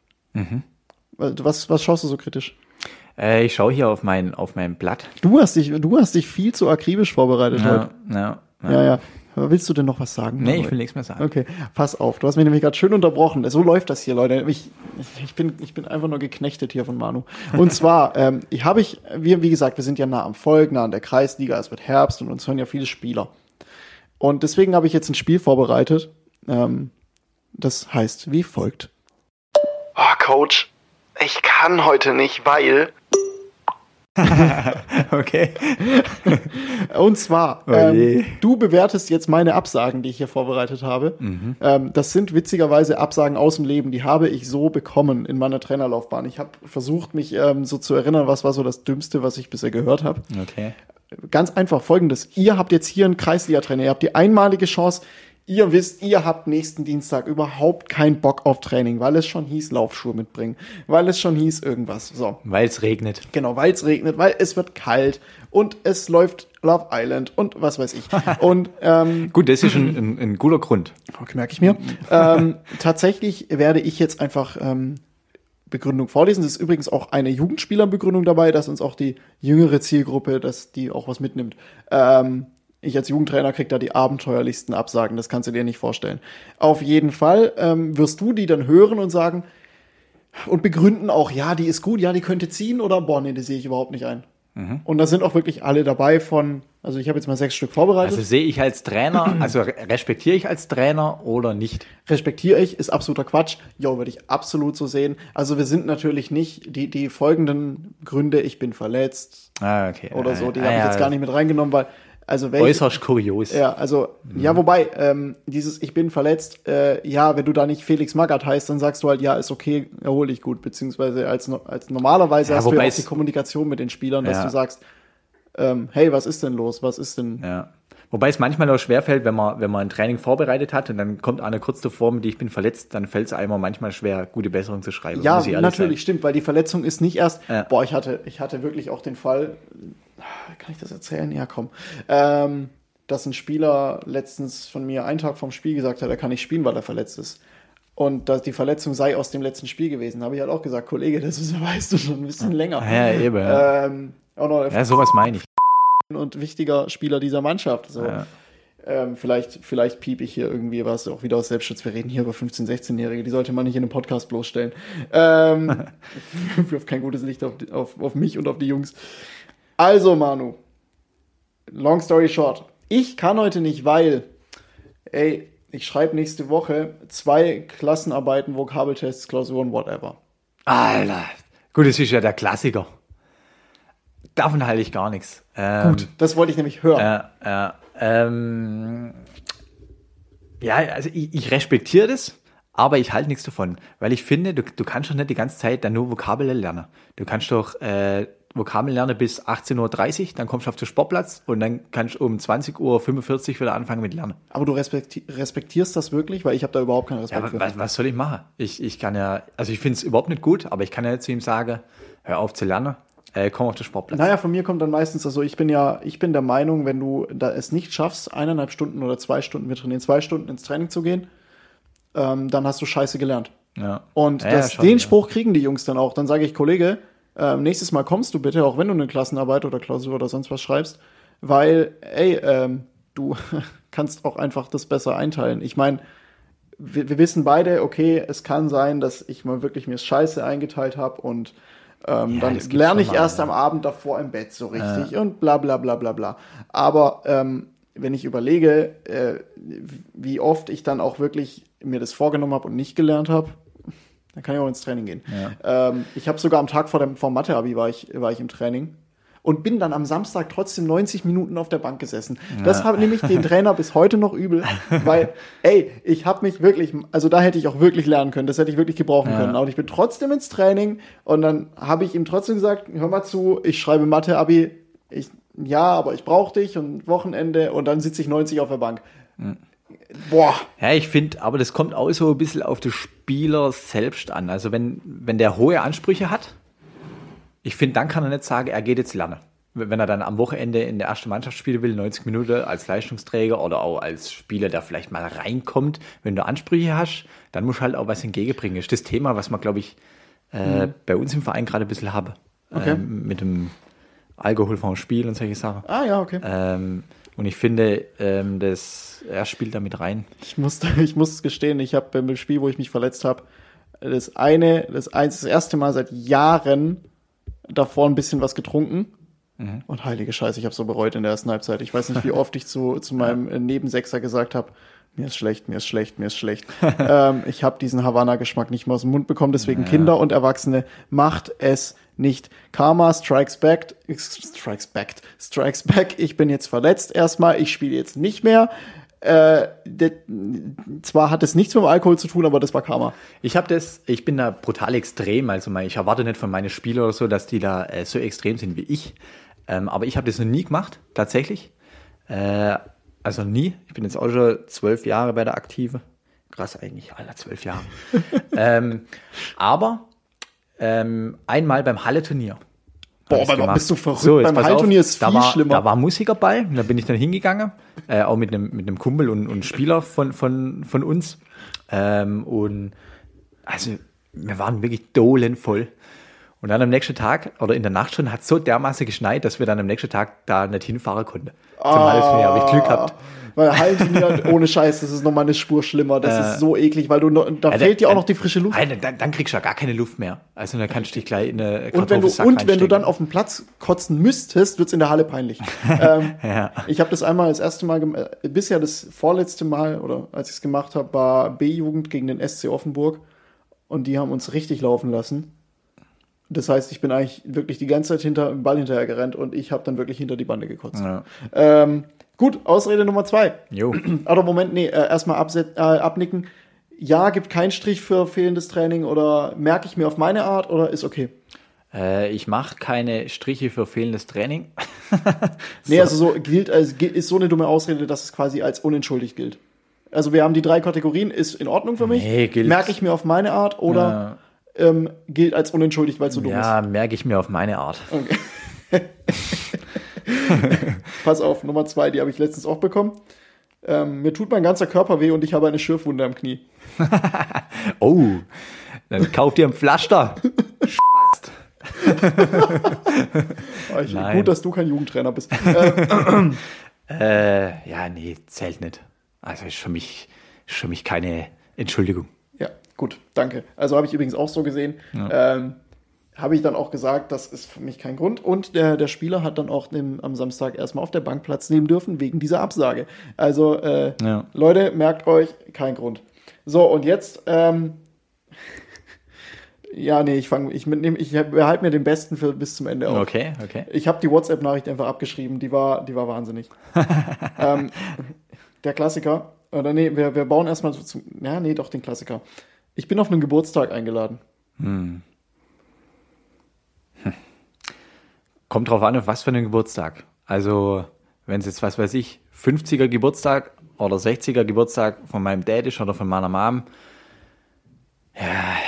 Was schaust du so kritisch? Ich schaue hier auf mein Blatt. Du hast dich viel zu akribisch vorbereitet heute. Ja. Willst du denn noch was sagen? Nee, ich will nichts mehr sagen. Okay, pass auf. Du hast mich nämlich gerade schön unterbrochen. So läuft das hier, Leute. Ich bin einfach nur geknechtet hier von Manu. Und zwar, wie gesagt, wir sind ja nah am Volk, nah an der Kreisliga. Es wird Herbst und uns hören ja viele Spieler. Und deswegen habe ich jetzt ein Spiel vorbereitet. Das heißt wie folgt. Oh, Coach, ich kann heute nicht, weil... Okay. Und zwar, du bewertest jetzt meine Absagen, die ich hier vorbereitet habe. Das sind witzigerweise Absagen aus dem Leben, die habe ich so bekommen in meiner Trainerlaufbahn. Ich habe versucht, mich so zu erinnern, was war so das Dümmste, was ich bisher gehört habe. Okay. Ganz einfach Folgendes. Ihr habt jetzt hier einen Kreisliga-Trainer, ihr habt die einmalige Chance. Ihr wisst, ihr habt nächsten Dienstag überhaupt keinen Bock auf Training, weil es schon hieß, Laufschuhe mitbringen, weil es schon hieß irgendwas. So. Weil es regnet. Genau, weil es regnet, weil es wird kalt und es läuft Love Island und was weiß ich. Und gut, das ist schon ein guter Grund. Okay, merke ich mir. Tatsächlich werde ich jetzt einfach Begründung vorlesen. Es ist übrigens auch eine Jugendspielerbegründung dabei, dass uns auch die jüngere Zielgruppe, dass die auch was mitnimmt. Ich als Jugendtrainer krieg da die abenteuerlichsten Absagen, das kannst du dir nicht vorstellen. Auf jeden Fall wirst du die dann hören und sagen und begründen auch, ja, die ist gut, ja, die könnte ziehen oder, boah, nee, die sehe ich überhaupt nicht ein. Und da sind auch wirklich alle dabei also ich habe jetzt mal 6 Stück vorbereitet. Also sehe ich als Trainer, also respektiere ich als Trainer oder nicht? Respektiere ich, ist absoluter Quatsch. Jo, würde ich absolut so sehen. Also wir sind natürlich nicht die folgenden Gründe, ich bin verletzt Okay. oder so, die habe ich jetzt gar nicht mit reingenommen, weil also äußerst kurios. Ja, also ja, wobei dieses ich bin verletzt, ja, wenn du da nicht Felix Magath heißt, dann sagst du halt, ja, ist okay, erhol dich gut, beziehungsweise als normalerweise hast du ja auch die Kommunikation mit den Spielern, dass du sagst, hey, was ist denn los, was ist denn... Ja. Wobei es manchmal auch schwerfällt, wenn man ein Training vorbereitet hat und dann kommt einer kurz davor mit ich bin verletzt, dann fällt es einem manchmal schwer, gute Besserung zu schreiben. Ja, natürlich, stimmt, weil die Verletzung ist nicht erst, ich hatte wirklich auch den Fall, kann ich das erzählen? Ja, komm. Dass ein Spieler letztens von mir einen Tag vorm Spiel gesagt hat, er kann nicht spielen, weil er verletzt ist. Und dass die Verletzung sei aus dem letzten Spiel gewesen. Da habe ich halt auch gesagt, Kollege, das weißt du schon ein bisschen länger. Ja, eben. Auch noch sowas meine ich. Und wichtiger Spieler dieser Mannschaft. So. Ja. Vielleicht piep ich hier irgendwie was, auch wieder aus Selbstschutz. Wir reden hier über 15-, 16-Jährige, die sollte man nicht in einem Podcast bloßstellen. Ich wirf kein gutes Licht auf mich und auf die Jungs. Also, Manu, long story short. Ich kann heute nicht, weil, ich schreibe nächste Woche 2 Klassenarbeiten, Vokabeltests, Klausuren, whatever. Alter, gut, das ist ja der Klassiker. Davon halte ich gar nichts. Gut, das wollte ich nämlich hören. Also ich respektiere das, aber ich halte nichts davon. Weil ich finde, du kannst doch nicht die ganze Zeit dann nur Vokabeln lernen. Du kannst doch Vokabeln lernen bis 18:30 Uhr, dann kommst du auf den Sportplatz und dann kannst du um 20:45 Uhr wieder anfangen mit Lernen. Aber du respektierst das wirklich? Weil ich habe da überhaupt keinen Respekt für. Was soll ich machen? Ich kann ja, also ich finde es überhaupt nicht gut, aber ich kann ja nicht zu ihm sagen, hör auf zu lernen, komm auf den Sportplatz. Naja, von mir kommt dann meistens, also ich bin der Meinung, wenn du da es nicht schaffst, 1,5 Stunden oder 2 Stunden, wir trainieren 2 Stunden ins Training zu gehen, dann hast du Scheiße gelernt. Ja. Und den Spruch kriegen die Jungs dann auch. Dann sage ich, Kollege, nächstes Mal kommst du bitte, auch wenn du eine Klassenarbeit oder Klausur oder sonst was schreibst, weil, du kannst auch einfach das besser einteilen. Ich meine, wir wissen beide, okay, es kann sein, dass ich mal wirklich mir Scheiße eingeteilt habe und dann lerne ich erst am Abend davor im Bett so richtig und bla bla bla bla bla. Aber wenn ich überlege, wie oft ich dann auch wirklich mir das vorgenommen habe und nicht gelernt habe, dann kann ich auch ins Training gehen. Ja. Ich habe sogar am Tag vor Mathe-Abi war ich im Training und bin dann am Samstag trotzdem 90 Minuten auf der Bank gesessen. Ja. Das habe nämlich den Trainer bis heute noch übel, weil, ich habe mich wirklich, also da hätte ich auch wirklich lernen können, das hätte ich wirklich gebrauchen können. Aber ich bin trotzdem ins Training und dann habe ich ihm trotzdem gesagt, hör mal zu, ich schreibe Mathe-Abi, aber ich brauche dich und Wochenende und dann sitze ich 90 auf der Bank. Mhm. Boah. Ja, ich finde, aber das kommt auch so ein bisschen auf den Spieler selbst an. Also wenn der hohe Ansprüche hat, ich finde, dann kann er nicht sagen, er geht jetzt lernen. Wenn er dann am Wochenende in der ersten Mannschaft spielen will, 90 Minuten als Leistungsträger oder auch als Spieler, der vielleicht mal reinkommt, wenn du Ansprüche hast, dann musst du halt auch was entgegenbringen. Das ist das Thema, was wir, glaube ich, bei uns im Verein gerade ein bisschen haben. Okay. Mit dem Alkohol vom Spiel und solche Sachen. Ah ja, okay. Und ich finde, er spielt da mit rein. Ich muss gestehen, ich habe beim Spiel, wo ich mich verletzt habe, das erste Mal seit Jahren davor ein bisschen was getrunken. Mhm. Und heilige Scheiße, ich habe so bereut in der ersten Halbzeit. Ich weiß nicht, wie oft ich zu meinem Nebensechser gesagt habe, mir ist schlecht, mir ist schlecht, mir ist schlecht. Ich habe diesen Havanna-Geschmack nicht mehr aus dem Mund bekommen, deswegen Kinder und Erwachsene, macht es nicht. Karma strikes back. Ich bin jetzt verletzt erstmal, ich spiele jetzt nicht mehr. Zwar hat es nichts mit dem Alkohol zu tun, aber das war Karma. Ich bin da brutal extrem, also ich erwarte nicht von meinen Spielern oder so, dass die da so extrem sind wie ich. Aber ich habe das noch nie gemacht, tatsächlich. Also nie. Ich bin jetzt auch schon 12 Jahre bei der Aktive. Krass eigentlich, Alter, 12 Jahre. Aber einmal beim Halle-Turnier. Boah, aber bist du verrückt? So, beim Halle-Turnier ist viel schlimmer. Da war Musiker bei, und da bin ich dann hingegangen, auch mit einem Kumpel und Spieler von uns. Und also wir waren wirklich dolenvoll. Und dann am nächsten Tag oder in der Nacht schon hat es so dermaßen geschneit, dass wir dann am nächsten Tag da nicht hinfahren konnten. Zum Halle-Turnier habe ich Glück gehabt. Weil Hallenturnier, ohne Scheiß, das ist nochmal eine Spur schlimmer. Das ist so eklig, weil da fehlt dir auch noch die frische Luft. Dann kriegst du ja gar keine Luft mehr. Also dann kannst du dich gleich in eine Und wenn du dann auf dem Platz kotzen müsstest, wird's in der Halle peinlich. Ich habe das einmal das erste Mal, bisher das vorletzte Mal, oder als ich es gemacht habe, war B-Jugend gegen den SC Offenburg. Und die haben uns richtig laufen lassen. Das heißt, ich bin eigentlich wirklich die ganze Zeit hinter dem Ball hinterher gerannt und ich habe dann wirklich hinter die Bande gekotzt. Ja. Gut, Ausrede Nummer 2. Jo. Aber Moment, erstmal abnicken. Ja, gibt keinen Strich für fehlendes Training oder merke ich mir auf meine Art oder ist okay? Ich mache keine Striche für fehlendes Training. Nee, also so ist so eine dumme Ausrede, dass es quasi als unentschuldigt gilt. Also wir haben die 3 Kategorien, ist in Ordnung für mich. Nee, gilt. Merke ich mir auf meine Art oder gilt als unentschuldigt, weil es so dumm ist? Ja, merke ich mir auf meine Art. Okay. Pass auf, Nummer 2, die habe ich letztens auch bekommen. Mir tut mein ganzer Körper weh und ich habe eine Schürfwunde am Knie. Oh, dann kauf dir ein Pflaster. Gut, dass du kein Jugendtrainer bist. Ja, nee, zählt nicht. Also ist für mich keine Entschuldigung. Ja, gut, danke. Also habe ich übrigens auch so gesehen. Ja. Habe ich dann auch gesagt, das ist für mich kein Grund. Und der Spieler hat dann auch am Samstag erstmal auf der Bank Platz nehmen dürfen, wegen dieser Absage. Also, Leute, merkt euch, kein Grund. So, und jetzt, ich behalte mir den besten bis zum Ende auf. Okay. Ich habe die WhatsApp-Nachricht einfach abgeschrieben, die war wahnsinnig. Der Klassiker, oder nee, wir bauen erstmal den Klassiker. Ich bin auf einen Geburtstag eingeladen. Kommt drauf an, auf was für einen Geburtstag. Also, wenn es jetzt, 50er Geburtstag oder 60er Geburtstag von meinem Dad ist oder von meiner Mom, ja.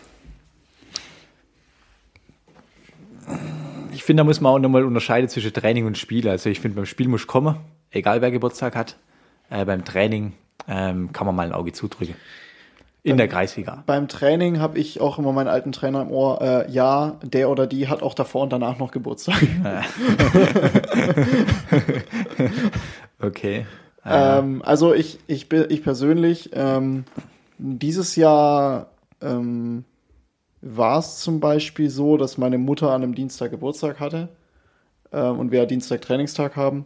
Ich finde, da muss man auch nochmal unterscheiden zwischen Training und Spiel. Also, ich finde, beim Spiel muss kommen, egal wer Geburtstag hat. Beim Training kann man mal ein Auge zudrücken. In der Kreisliga. Beim Training habe ich auch immer meinen alten Trainer im Ohr, der oder die hat auch davor und danach noch Geburtstag. Okay. Also ich persönlich, dieses Jahr war es zum Beispiel so, dass meine Mutter an einem Dienstag Geburtstag hatte und wir Dienstag Trainingstag haben.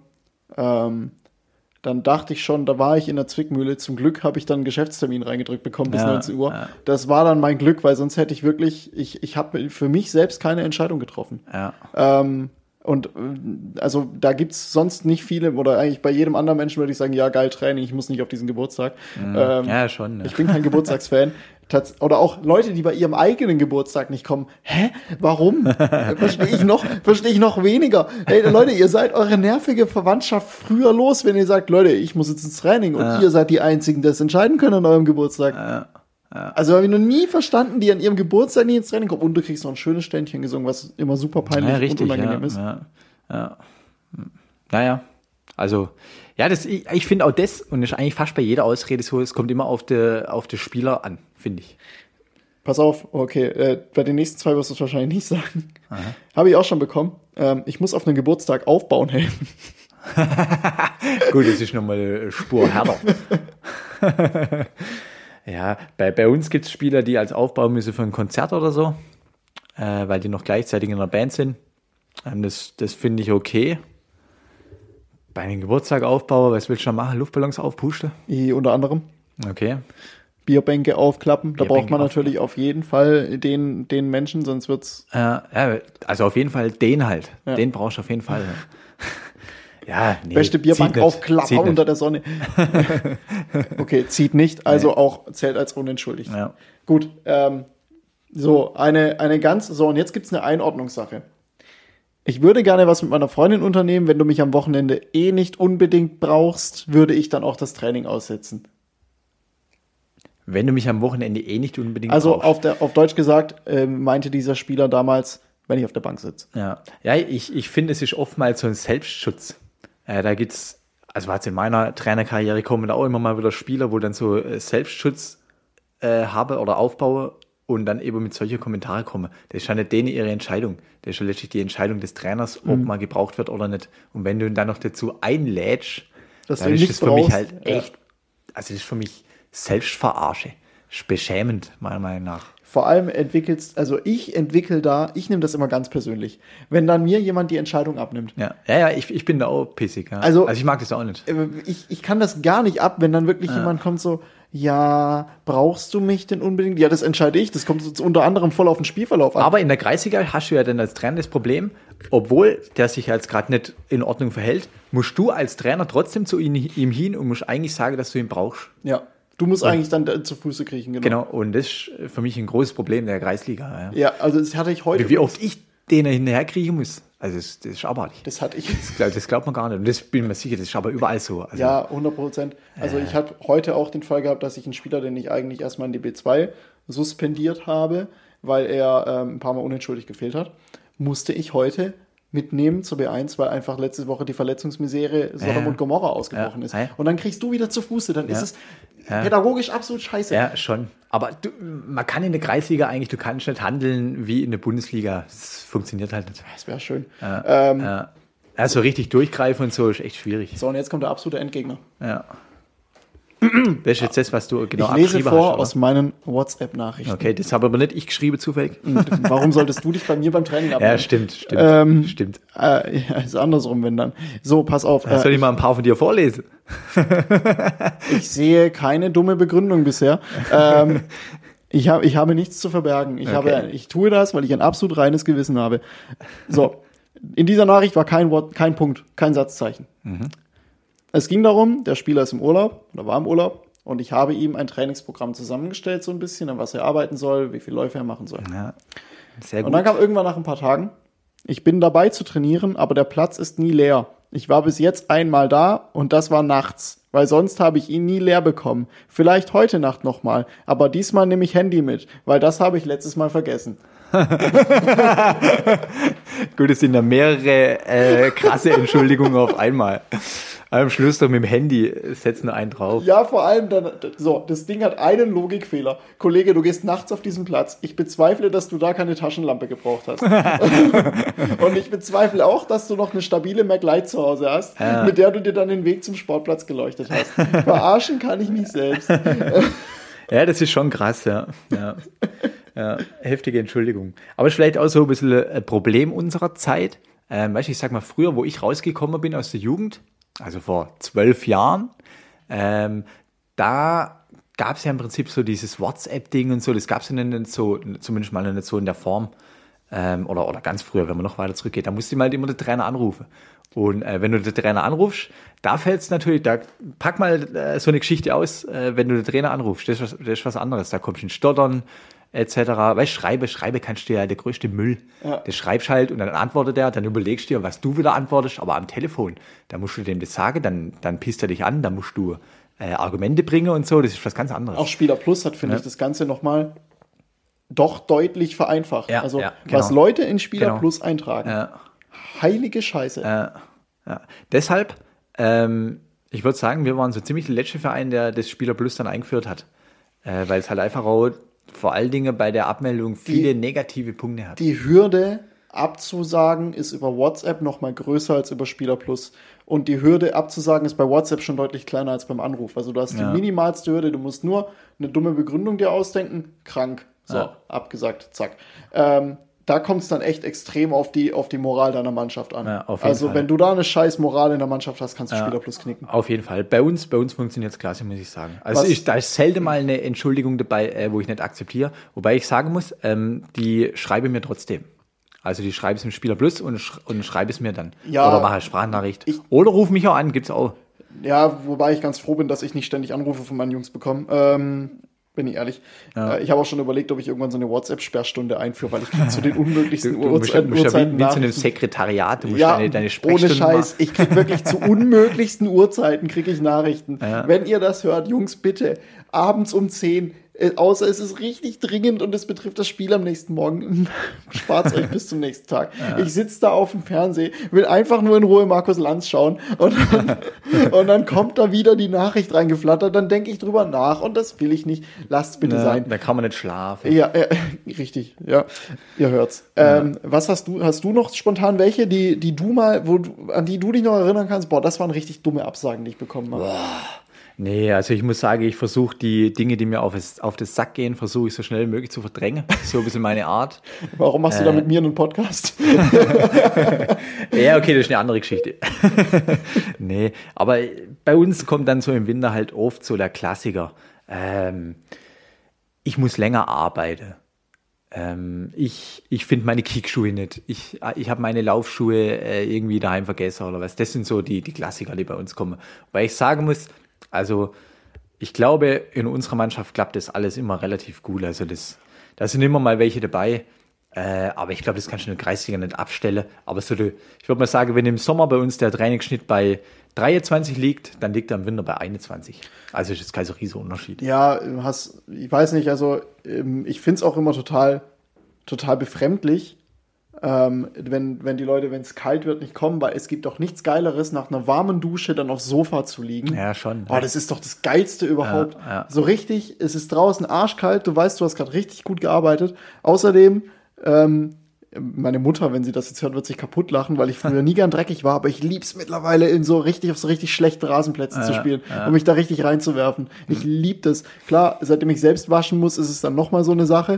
Dann dachte ich schon, da war ich in der Zwickmühle. Zum Glück habe ich dann einen Geschäftstermin reingedrückt bekommen bis 19 Uhr. Ja. Das war dann mein Glück, weil sonst hätte ich wirklich, ich habe für mich selbst keine Entscheidung getroffen. Ja. Und also da gibt's sonst nicht viele, oder eigentlich bei jedem anderen Menschen würde ich sagen, ja, geil Training, ich muss nicht auf diesen Geburtstag. Ja, schon. Ja. Ich bin kein Geburtstagsfan. Oder auch Leute, die bei ihrem eigenen Geburtstag nicht kommen. Hä? Warum? Verstehe ich noch weniger. Hey, Leute, ihr seid eure nervige Verwandtschaft früher los, wenn ihr sagt, Leute, ich muss jetzt ins Training und ihr seid die Einzigen, die das entscheiden können an eurem Geburtstag. Ja. Also habe ich noch nie verstanden, die an ihrem Geburtstag nie ins Training kommen. Und du kriegst noch ein schönes Ständchen gesungen, was immer super peinlich und unangenehm ist. Ja. Naja, also, ja, ich finde auch das, und das ist eigentlich fast bei jeder Ausrede so, es kommt immer auf den Spieler an, finde ich. Pass auf, okay, bei den nächsten 2 wirst du es wahrscheinlich nicht sagen. Habe ich auch schon bekommen. Ich muss auf einen Geburtstag aufbauen helfen. Gut, das ist nochmal eine Spur härter. Ja, bei uns gibt es Spieler, die als Aufbau müssen für ein Konzert oder so, weil die noch gleichzeitig in einer Band sind. Das finde ich okay. Bei einem Geburtstag aufbauen, was willst du da machen? Luftballons aufpusten? Unter anderem. Okay. Bierbänke aufklappen. Da braucht man natürlich auf jeden Fall den Menschen, sonst wird's. Ja, also auf jeden Fall den halt. Ja. Den brauchst du auf jeden Fall. Ja, nee, beste Bierbank aufklappen unter der Sonne. Okay, zieht nicht, also auch zählt als unentschuldigt. Ja. Gut, so, und jetzt gibt's eine Einordnungssache. Ich würde gerne was mit meiner Freundin unternehmen, wenn du mich am Wochenende nicht unbedingt brauchst, würde ich dann auch das Training aussetzen. Wenn du mich am Wochenende nicht unbedingt brauchst. Also auf Deutsch gesagt, meinte dieser Spieler damals, wenn ich auf der Bank sitze. Ja, ich finde, es ist oftmals so ein Selbstschutz. Da gibt's, also was in meiner Trainerkarriere kommen da auch immer mal wieder Spieler, wo dann so Selbstschutz habe oder aufbaue und dann eben mit solchen Kommentaren kommen. Das ist ja nicht denen ihre Entscheidung. Das ist ja letztlich die Entscheidung des Trainers, ob man gebraucht wird oder nicht. Und wenn du ihn dann noch dazu einlädst, dass dann du ist nichts das für mich brauchst. halt echt, also das ist für mich Selbstverarsche. Das ist beschämend, meiner Meinung nach. Vor allem ich nehme das immer ganz persönlich. Wenn dann mir jemand die Entscheidung abnimmt. Ja, ich bin da auch pissig. Ja. Also ich mag das auch nicht. Ich kann das gar nicht ab, wenn dann wirklich jemand kommt so, ja, brauchst du mich denn unbedingt? Ja, das entscheide ich. Das kommt unter anderem voll auf den Spielverlauf an. Aber in der Kreisliga hast du ja dann als Trainer das Problem, obwohl der sich jetzt gerade nicht in Ordnung verhält, musst du als Trainer trotzdem zu ihm hin und musst eigentlich sagen, dass du ihn brauchst. Ja, du musst eigentlich dann zu Füße kriechen. Genau, und das ist für mich ein großes Problem der Kreisliga. Ja, also das hatte ich heute. Wie oft ich den hinterher kriechen muss. Also das ist abartig. Das hatte ich. Das glaubt man gar nicht. Und das bin ich mir sicher, das ist aber überall so. Also, ja, 100%. Also ich habe heute auch den Fall gehabt, dass ich einen Spieler, den ich eigentlich erstmal in die B2 suspendiert habe, weil er ein paar Mal unentschuldigt gefehlt hat, musste ich heute mitnehmen zur B1, weil einfach letzte Woche die Verletzungsmisere Sodom und Gomorra ausgebrochen ist. Und dann kriegst du wieder zu Fuße, dann ist es pädagogisch absolut scheiße. Ja, schon. Aber man kann in der Kreisliga eigentlich, du kannst nicht handeln wie in der Bundesliga. Das funktioniert halt nicht. Das wäre schön. Also richtig durchgreifen und so ist echt schwierig. So, und jetzt kommt der absolute Endgegner. Ja. Das ist jetzt das, was du genau ich lese vor hast, aus meinen WhatsApp-Nachrichten. Okay, das habe aber nicht ich geschrieben zufällig. Warum solltest du dich bei mir beim Training abmelden? Ja, stimmt. Stimmt. Ist andersrum, wenn dann. So, pass auf. Soll ich mal ein paar von dir vorlesen? Ich sehe keine dumme Begründung bisher. Ich habe nichts zu verbergen. Ich tue das, weil ich ein absolut reines Gewissen habe. So, in dieser Nachricht war kein Wort, kein Punkt, kein Satzzeichen. Es ging darum, der Spieler ist im Urlaub oder war im Urlaub und ich habe ihm ein Trainingsprogramm zusammengestellt, so ein bisschen, an was er arbeiten soll, wie viele Läufe er machen soll. Ja, sehr gut. Und dann kam irgendwann nach ein paar Tagen, ich bin dabei zu trainieren, aber der Platz ist nie leer. Ich war bis jetzt einmal da und das war nachts, weil sonst habe ich ihn nie leer bekommen. Vielleicht heute Nacht nochmal, aber diesmal nehme ich Handy mit, weil das habe ich letztes Mal vergessen. Gut, es sind da mehrere krasse Entschuldigungen auf einmal. Am Schluss doch mit dem Handy setzen einen drauf. Ja, vor allem dann, so, das Ding hat einen Logikfehler. Kollege, du gehst nachts auf diesen Platz. Ich bezweifle, dass du da keine Taschenlampe gebraucht hast. Und ich bezweifle auch, dass du noch eine stabile MacLight zu Hause hast, mit der du dir dann den Weg zum Sportplatz geleuchtet hast. Verarschen kann ich mich selbst. Ja, das ist schon krass, ja. Ja, heftige Entschuldigung. Aber ist vielleicht auch so ein bisschen ein Problem unserer Zeit. Weißt du, ich sag mal, früher, wo ich rausgekommen bin aus der Jugend, also vor 12 Jahren, da gab es ja im Prinzip so dieses WhatsApp-Ding und so, das gab es ja nicht so, zumindest mal nicht so in der Form, oder ganz früher, wenn man noch weiter zurückgeht, da musste man halt immer den Trainer anrufen. Und wenn du den Trainer anrufst, da fällt es natürlich, da pack mal so eine Geschichte aus, wenn du den Trainer anrufst, das ist was anderes, da kommst du in Stottern, etc. Weißt, schreibe kannst du ja der größte Müll. Ja. Das schreibst halt und dann antwortet er, dann überlegst du dir, was du wieder antwortest, aber am Telefon, da musst du dem das sagen, dann pisst er dich an, dann musst du Argumente bringen und so, das ist was ganz anderes. Auch Spieler Plus hat, finde ich, das Ganze nochmal doch deutlich vereinfacht. Ja, also, genau. was Leute in Spieler Plus eintragen. Heilige Scheiße. Deshalb, ich würde sagen, wir waren so ziemlich der letzte Verein, der das Spieler Plus dann eingeführt hat. Weil es halt einfach auch vor allen Dingen bei der Abmeldung viele negative Punkte hat. Die Hürde abzusagen ist über WhatsApp noch mal größer als über Spieler Plus. Und die Hürde abzusagen ist bei WhatsApp schon deutlich kleiner als beim Anruf. Also du hast die minimalste Hürde, du musst nur eine dumme Begründung dir ausdenken, krank, so, abgesagt, zack. Da kommt es dann echt extrem auf die Moral deiner Mannschaft an. Ja, auf jeden Fall. Wenn du da eine scheiß Moral in der Mannschaft hast, kannst du Spieler Plus knicken. Auf jeden Fall. Bei uns funktioniert es klasse, muss ich sagen. Also da ist selten mal eine Entschuldigung dabei, wo ich nicht akzeptiere. Wobei ich sagen muss, die schreibe mir trotzdem. Also die schreibe es im Spieler Plus und schreibe es mir dann. Ja, oder mache eine Sprachnachricht. Oder ruf mich auch an, gibt's auch. Ja, wobei ich ganz froh bin, dass ich nicht ständig Anrufe von meinen Jungs bekomme. Bin ich ehrlich. Ja. Ich habe auch schon überlegt, ob ich irgendwann so eine WhatsApp-Sperrstunde einführe, weil ich kriege zu den unmöglichsten Uhrzeiten. Du musst ja wie zu einem Sekretariat, du musst deine Sprechstunde ohne Scheiß. Ich kriege wirklich zu unmöglichsten Uhrzeiten kriege ich Nachrichten. Ja. Wenn ihr das hört, Jungs, bitte, abends um 10, Außer es ist richtig dringend und es betrifft das Spiel am nächsten Morgen. Spart's euch bis zum nächsten Tag. Ja. Ich sitze da auf dem Fernseher, will einfach nur in Ruhe Markus Lanz schauen und dann kommt da wieder die Nachricht reingeflattert, dann denke ich drüber nach und das will ich nicht. Lasst's bitte sein. Da kann man nicht schlafen. Ja, richtig. Ja, ihr hört's. Was hast du noch spontan welche, die du mal, an die du dich noch erinnern kannst? Boah, das waren richtig dumme Absagen, die ich bekommen habe. Nee, also ich muss sagen, ich versuche die Dinge, die mir auf das Sack gehen, versuche ich so schnell wie möglich zu verdrängen. So ein bisschen meine Art. Warum machst du da mit mir einen Podcast? Ja, okay, das ist eine andere Geschichte. Nee, aber bei uns kommt dann so im Winter halt oft so der Klassiker. Ich muss länger arbeiten. Ich finde meine Kickschuhe nicht. Ich habe meine Laufschuhe irgendwie daheim vergessen oder was. Das sind so die Klassiker, die bei uns kommen. Weil ich sagen muss, also ich glaube, in unserer Mannschaft klappt das alles immer relativ gut. Also da sind immer mal welche dabei. Aber ich glaube, das kannst du in der Kreisliga nicht abstellen. Aber so ich würde mal sagen, wenn im Sommer bei uns der Trainingsschnitt bei 23 liegt, dann liegt er im Winter bei 21. Also ist jetzt kein so riesiger Unterschied. Ja, ich weiß nicht, also ich finde es auch immer total befremdlich, wenn die Leute, wenn es kalt wird, nicht kommen, weil es gibt doch nichts Geileres, nach einer warmen Dusche dann aufs Sofa zu liegen. Ja, schon. Oh, das ist doch das Geilste überhaupt. Ja. So richtig, es ist draußen arschkalt, du weißt, du hast gerade richtig gut gearbeitet. Außerdem, meine Mutter, wenn sie das jetzt hört, wird sich kaputt lachen, weil ich früher nie gern dreckig war, aber ich lieb's mittlerweile auf so richtig schlechten Rasenplätzen zu spielen, um mich da richtig reinzuwerfen. Ich lieb das. Klar, seitdem ich selbst waschen muss, ist es dann nochmal so eine Sache.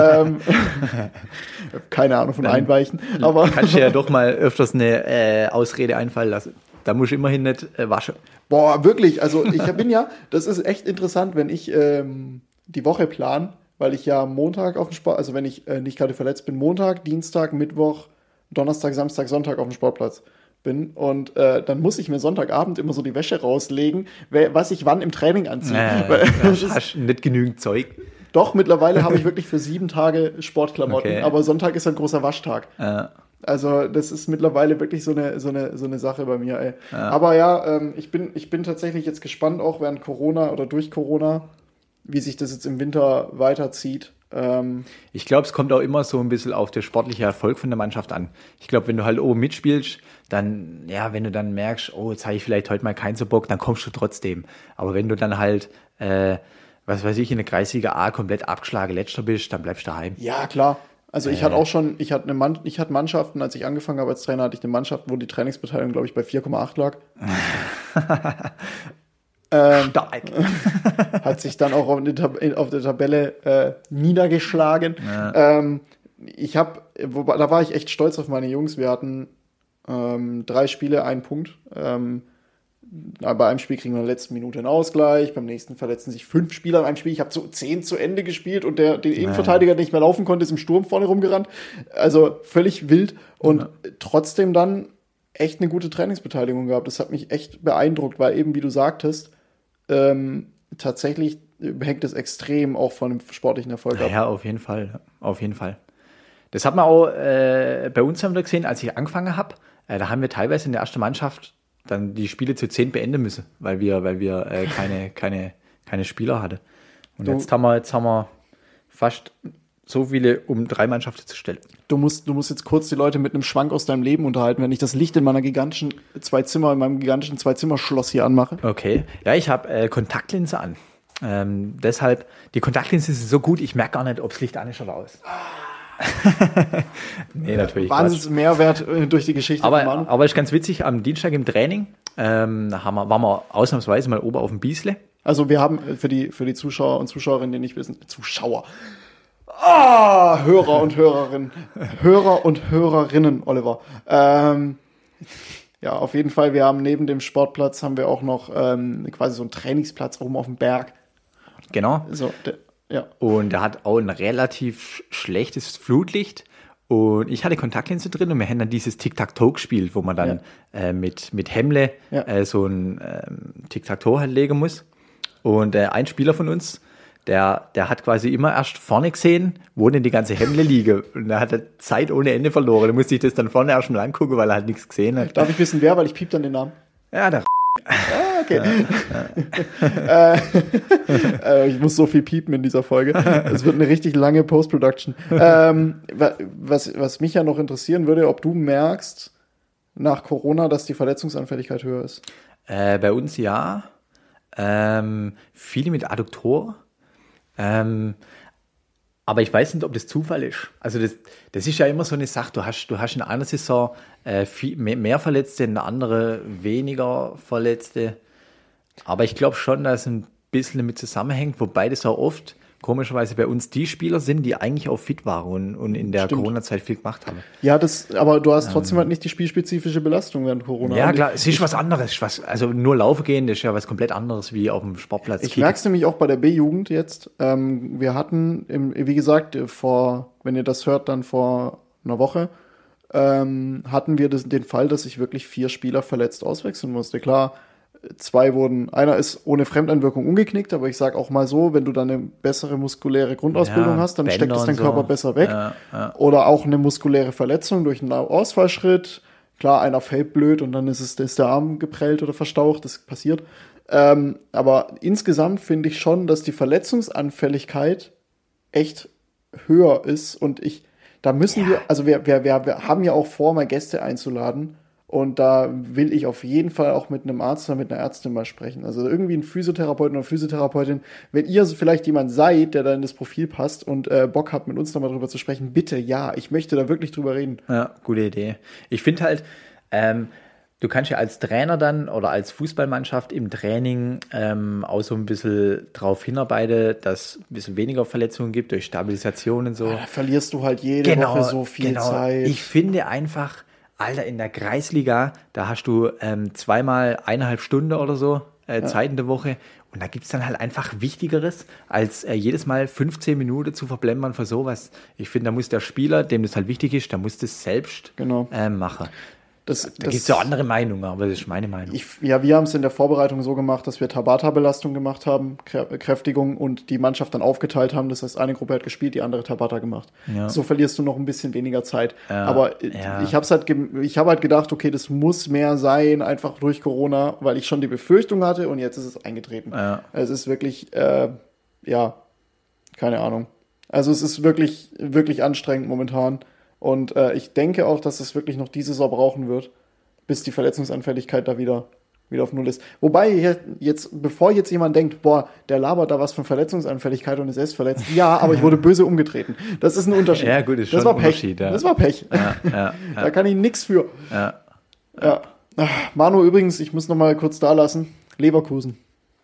Keine Ahnung von Einweichen. Aber kannst du ja doch mal öfters eine Ausrede einfallen lassen. Da musst du immerhin nicht waschen. Boah, wirklich. Also das ist echt interessant, wenn ich die Woche plan, weil ich ja Montag auf dem Sport, also wenn ich nicht gerade verletzt bin, Montag, Dienstag, Mittwoch, Donnerstag, Samstag, Sonntag auf dem Sportplatz bin. Und dann muss ich mir Sonntagabend immer so die Wäsche rauslegen, was ich wann im Training anziehe. Hast nicht genügend Zeug. Doch, mittlerweile habe ich wirklich für 7 Tage Sportklamotten, aber Sonntag ist ein großer Waschtag. Also das ist mittlerweile wirklich so eine Sache bei mir, ey. Aber ja, ich bin tatsächlich jetzt gespannt, auch während Corona oder durch Corona, wie sich das jetzt im Winter weiterzieht. Ich glaube, es kommt auch immer so ein bisschen auf den sportlichen Erfolg von der Mannschaft an. Ich glaube, wenn du halt oben mitspielst, dann, ja, wenn du dann merkst, oh, jetzt habe ich vielleicht heute mal keinen so Bock, dann kommst du trotzdem. Aber wenn du dann halt, was weiß ich, in der Kreisliga A komplett abgeschlagen Letzter bist, dann bleibst du daheim. Ja, klar. Also ich hatte Mannschaften, als ich angefangen habe als Trainer, hatte ich eine Mannschaft, wo die Trainingsbeteiligung, glaube ich, bei 4,8 lag. Stark. Hat sich dann auch auf der Tabelle niedergeschlagen. Ja. Da war ich echt stolz auf meine Jungs. Wir hatten 3 Spiele, 1 Punkt. Bei einem Spiel kriegen wir in der letzten Minute einen Ausgleich, beim nächsten verletzen sich 5 Spieler in einem Spiel. Ich habe so 10 zu Ende gespielt und der Innenverteidiger, der nicht mehr laufen konnte, ist im Sturm vorne rumgerannt. Also völlig wild und trotzdem dann echt eine gute Trainingsbeteiligung gehabt. Das hat mich echt beeindruckt, weil eben, wie du sagtest, tatsächlich hängt es extrem auch von dem sportlichen Erfolg ab. Ja, auf jeden Fall. Auf jeden Fall. Das hat man auch bei uns haben wir gesehen, als ich angefangen habe. Da haben wir teilweise in der ersten Mannschaft dann die Spiele zu 10 beenden müssen, weil wir keine Spieler hatten. Und jetzt haben wir fast so viele, um 3 Mannschaften zu stellen. Du musst jetzt kurz die Leute mit einem Schwank aus deinem Leben unterhalten, wenn ich das Licht in meinem gigantischen 2-Zimmer-Schloss hier anmache. Okay. Ja, ich habe Kontaktlinse an. Deshalb, die Kontaktlinse ist so gut, ich merke gar nicht, ob das Licht an ist oder aus. Nee, natürlich. Wahnsinns Mehrwert durch die Geschichte. Aber ist ganz witzig, am Dienstag im Training waren wir ausnahmsweise mal oben auf dem Biesle. Also wir haben für die Zuschauer und Zuschauerinnen, die nicht wissen, Hörer und Hörerinnen, Oliver. Ja, auf jeden Fall, wir haben neben dem Sportplatz haben wir auch noch quasi so einen Trainingsplatz oben auf dem Berg. Genau. So, ja. Und der hat auch ein relativ schlechtes Flutlicht. Und ich hatte Kontaktlinse drin und wir haben dann dieses Tic-Tac-Toe gespielt, wo man dann mit Hemmle so ein Tic-Tac-Toe halt legen muss. Und ein Spieler von uns, der hat quasi immer erst vorne gesehen, wo denn die ganze Hemmle liege. Und er hat Zeit ohne Ende verloren. Da musste ich das dann vorne erst mal angucken, weil er halt nichts gesehen hat. Darf ich wissen, wer? Weil ich piep dann den Namen. Ja, der Okay. Ich muss so viel piepen in dieser Folge. Es wird eine richtig lange Post-Production. Was mich ja noch interessieren würde, ob du merkst nach Corona, dass die Verletzungsanfälligkeit höher ist. Bei uns ja. Viele mit Adduktor. Aber ich weiß nicht, ob das Zufall ist. Also das ist ja immer so eine Sache. Du hast in einer Saison mehr Verletzte, in der anderen weniger Verletzte. Aber ich glaube schon, dass es ein bisschen damit zusammenhängt, wobei das auch oft komischerweise bei uns die Spieler sind, die eigentlich auch fit waren und in der Corona-Zeit viel gemacht haben. Ja, aber du hast trotzdem halt nicht die spielspezifische Belastung während Corona. Ja, klar, es ist was anderes. Also nur laufen gehen, das ist ja was komplett anderes wie auf dem Sportplatz. Ich merke es nämlich auch bei der B-Jugend jetzt. Wir hatten, wie gesagt, wenn ihr das hört, dann vor einer Woche, hatten wir den Fall, dass ich wirklich 4 Spieler verletzt auswechseln musste. Klar, einer ist ohne Fremdeinwirkung umgeknickt, aber ich sag auch mal so, wenn du dann eine bessere muskuläre Grundausbildung hast, dann steckt es dein Körper besser weg. Ja. Oder auch eine muskuläre Verletzung durch einen Ausfallschritt. Klar, einer fällt blöd und dann ist der Arm geprellt oder verstaucht, das passiert. Aber insgesamt finde ich schon, dass die Verletzungsanfälligkeit echt höher ist und wir haben ja auch vor, mal Gäste einzuladen. Und da will ich auf jeden Fall auch mit einem Arzt oder mit einer Ärztin mal sprechen. Also irgendwie ein Physiotherapeuten oder Physiotherapeutin. Wenn ihr vielleicht jemand seid, der da in das Profil passt und Bock habt, mit uns nochmal drüber zu sprechen, bitte, ja, ich möchte da wirklich drüber reden. Ja, gute Idee. Ich finde halt, du kannst ja als Trainer dann oder als Fußballmannschaft im Training auch so ein bisschen drauf hinarbeiten, dass es ein bisschen weniger Verletzungen gibt durch Stabilisation und so. Da verlierst du halt jede Woche so viel Zeit. Ich finde einfach, Alter, in der Kreisliga, da hast du zweimal 1,5 Stunden oder so Zeit in der Woche. Und da gibt es dann halt einfach Wichtigeres, als jedes Mal 15 Minuten zu verblemmern für sowas. Ich finde, da muss der Spieler, dem das halt wichtig ist, da muss das selbst machen. Da gibt es ja andere Meinungen, aber das ist meine Meinung. Wir haben es in der Vorbereitung so gemacht, dass wir Tabata-Belastung gemacht haben, Kräftigung, und die Mannschaft dann aufgeteilt haben. Das heißt, eine Gruppe hat gespielt, die andere Tabata gemacht. Ja. So verlierst du noch ein bisschen weniger Zeit. Aber ich habe halt gedacht, okay, das muss mehr sein, einfach durch Corona, weil ich schon die Befürchtung hatte und jetzt ist es eingetreten. Ja. Es ist wirklich, keine Ahnung. Also es ist wirklich, wirklich anstrengend momentan. Und ich denke auch, dass es wirklich noch diese Saison brauchen wird, bis die Verletzungsanfälligkeit da wieder auf Null ist. Wobei bevor jetzt jemand denkt, boah, der labert da was von Verletzungsanfälligkeit und ist erst verletzt. Ja, aber ich wurde böse umgetreten. Das ist ein Unterschied. Ja, gut, ist das schon war ein Unterschied. Ja. Das war Pech. Ja. Da kann ich nichts für. Ja. Ach, Manu, übrigens, ich muss noch mal kurz da lassen. Leverkusen.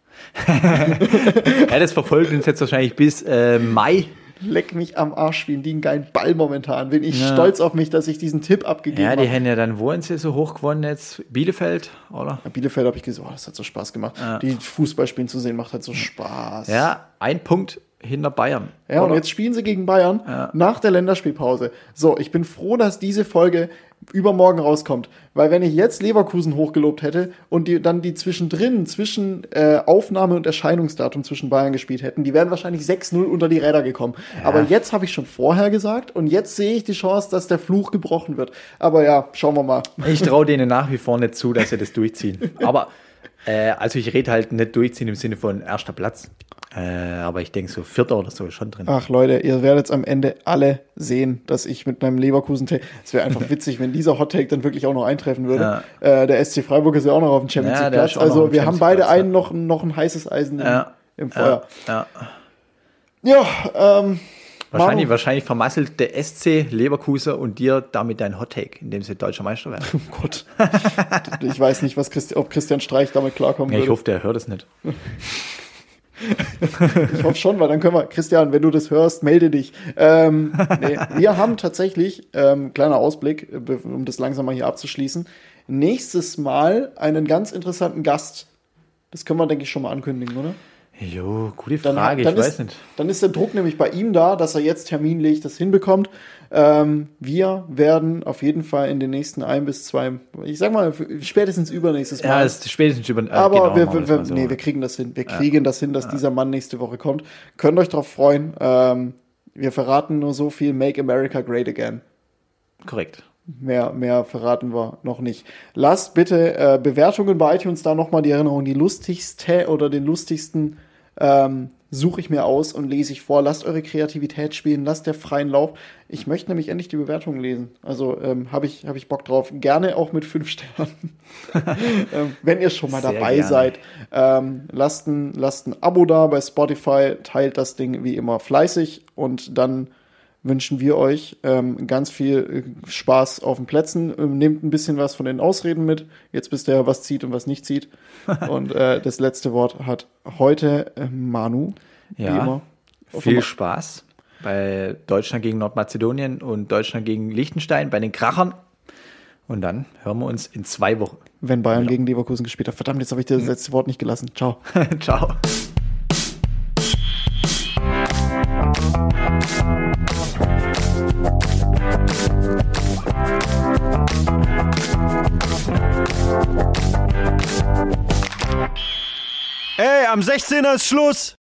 Ja, das verfolgt uns jetzt wahrscheinlich bis Mai. Leck mich am Arsch, spielen die einen geilen Ball momentan. Bin ich stolz auf mich, dass ich diesen Tipp abgegeben habe. Ja, die haben ja dann, wo sie so hoch gewonnen jetzt? Bielefeld, oder? Ja, Bielefeld habe ich gesagt, das hat so Spaß gemacht. Ja. Die Fußball spielen zu sehen, macht halt so Spaß. Ja, 1 Punkt hinter Bayern. Ja, oder? Und jetzt spielen sie gegen Bayern nach der Länderspielpause. So, ich bin froh, dass diese Folge übermorgen rauskommt. Weil wenn ich jetzt Leverkusen hochgelobt hätte und die zwischen Aufnahme und Erscheinungsdatum zwischen Bayern gespielt hätten, die wären wahrscheinlich 6-0 unter die Räder gekommen. Ja. Aber jetzt habe ich schon vorher gesagt und jetzt sehe ich die Chance, dass der Fluch gebrochen wird. Aber ja, schauen wir mal. Ich traue denen nach wie vor nicht zu, dass sie das durchziehen. Aber also ich rede halt nicht durchziehen im Sinne von 1. Platz. Aber ich denke, so 4. oder so ist schon drin. Ach Leute, ihr werdet am Ende alle sehen, dass ich mit meinem Leverkusen-Take, es wäre einfach witzig, wenn dieser Hot-Take dann wirklich auch noch eintreffen würde. Ja. Der SC Freiburg ist ja auch noch auf dem Champions League Platz. Also wir haben beide noch ein heißes Eisen im Feuer. Wahrscheinlich vermasselt der SC Leverkusen und dir damit dein Hot-Take, indem sie deutscher Meister werden. Oh Gott. Ich weiß nicht, ob Christian Streich damit klarkommen würde. Ich hoffe, der hört es nicht. Ich hoffe schon, weil dann können wir, Christian, wenn du das hörst, melde dich. Wir haben tatsächlich, kleiner Ausblick, um das langsam mal hier abzuschließen, nächstes Mal einen ganz interessanten Gast. Das können wir, denke ich, schon mal ankündigen, oder? Jo, gute Frage, ich weiß nicht. Dann ist der Druck nämlich bei ihm da, dass er jetzt terminlich das hinbekommt. Wir werden auf jeden Fall in den nächsten 1 bis 2, ich sag mal, spätestens übernächstes Mal. Ja, ist spätestens aber wir kriegen das hin. Wir kriegen das hin, dass dieser Mann nächste Woche kommt. Könnt euch drauf freuen. Wir verraten nur so viel, Make America Great Again. Korrekt. Mehr verraten wir noch nicht. Lasst bitte Bewertungen bei iTunes da nochmal die Erinnerung, die lustigste oder den lustigsten suche ich mir aus und lese ich vor. Lasst eure Kreativität spielen, lasst der freien Lauf. Ich möchte nämlich endlich die Bewertungen lesen. Also habe ich Bock drauf. Gerne auch mit 5 Sternen. Wenn ihr schon mal Sehr dabei gerne. seid. Lasst ein Abo da bei Spotify, teilt das Ding wie immer fleißig und dann wünschen wir euch ganz viel Spaß auf den Plätzen. Nehmt ein bisschen was von den Ausreden mit. Jetzt wisst ihr, was zieht und was nicht zieht. Und das letzte Wort hat heute Manu. Wie Ja, immer. viel Spaß bei Deutschland gegen Nordmazedonien und Deutschland gegen Liechtenstein bei den Krachern. Und dann hören wir uns in 2 Wochen. Wenn Bayern gegen Leverkusen gespielt hat. Verdammt, jetzt habe ich dir das letzte Wort nicht gelassen. Ciao. Ciao. Ey, am 16er ist Schluss!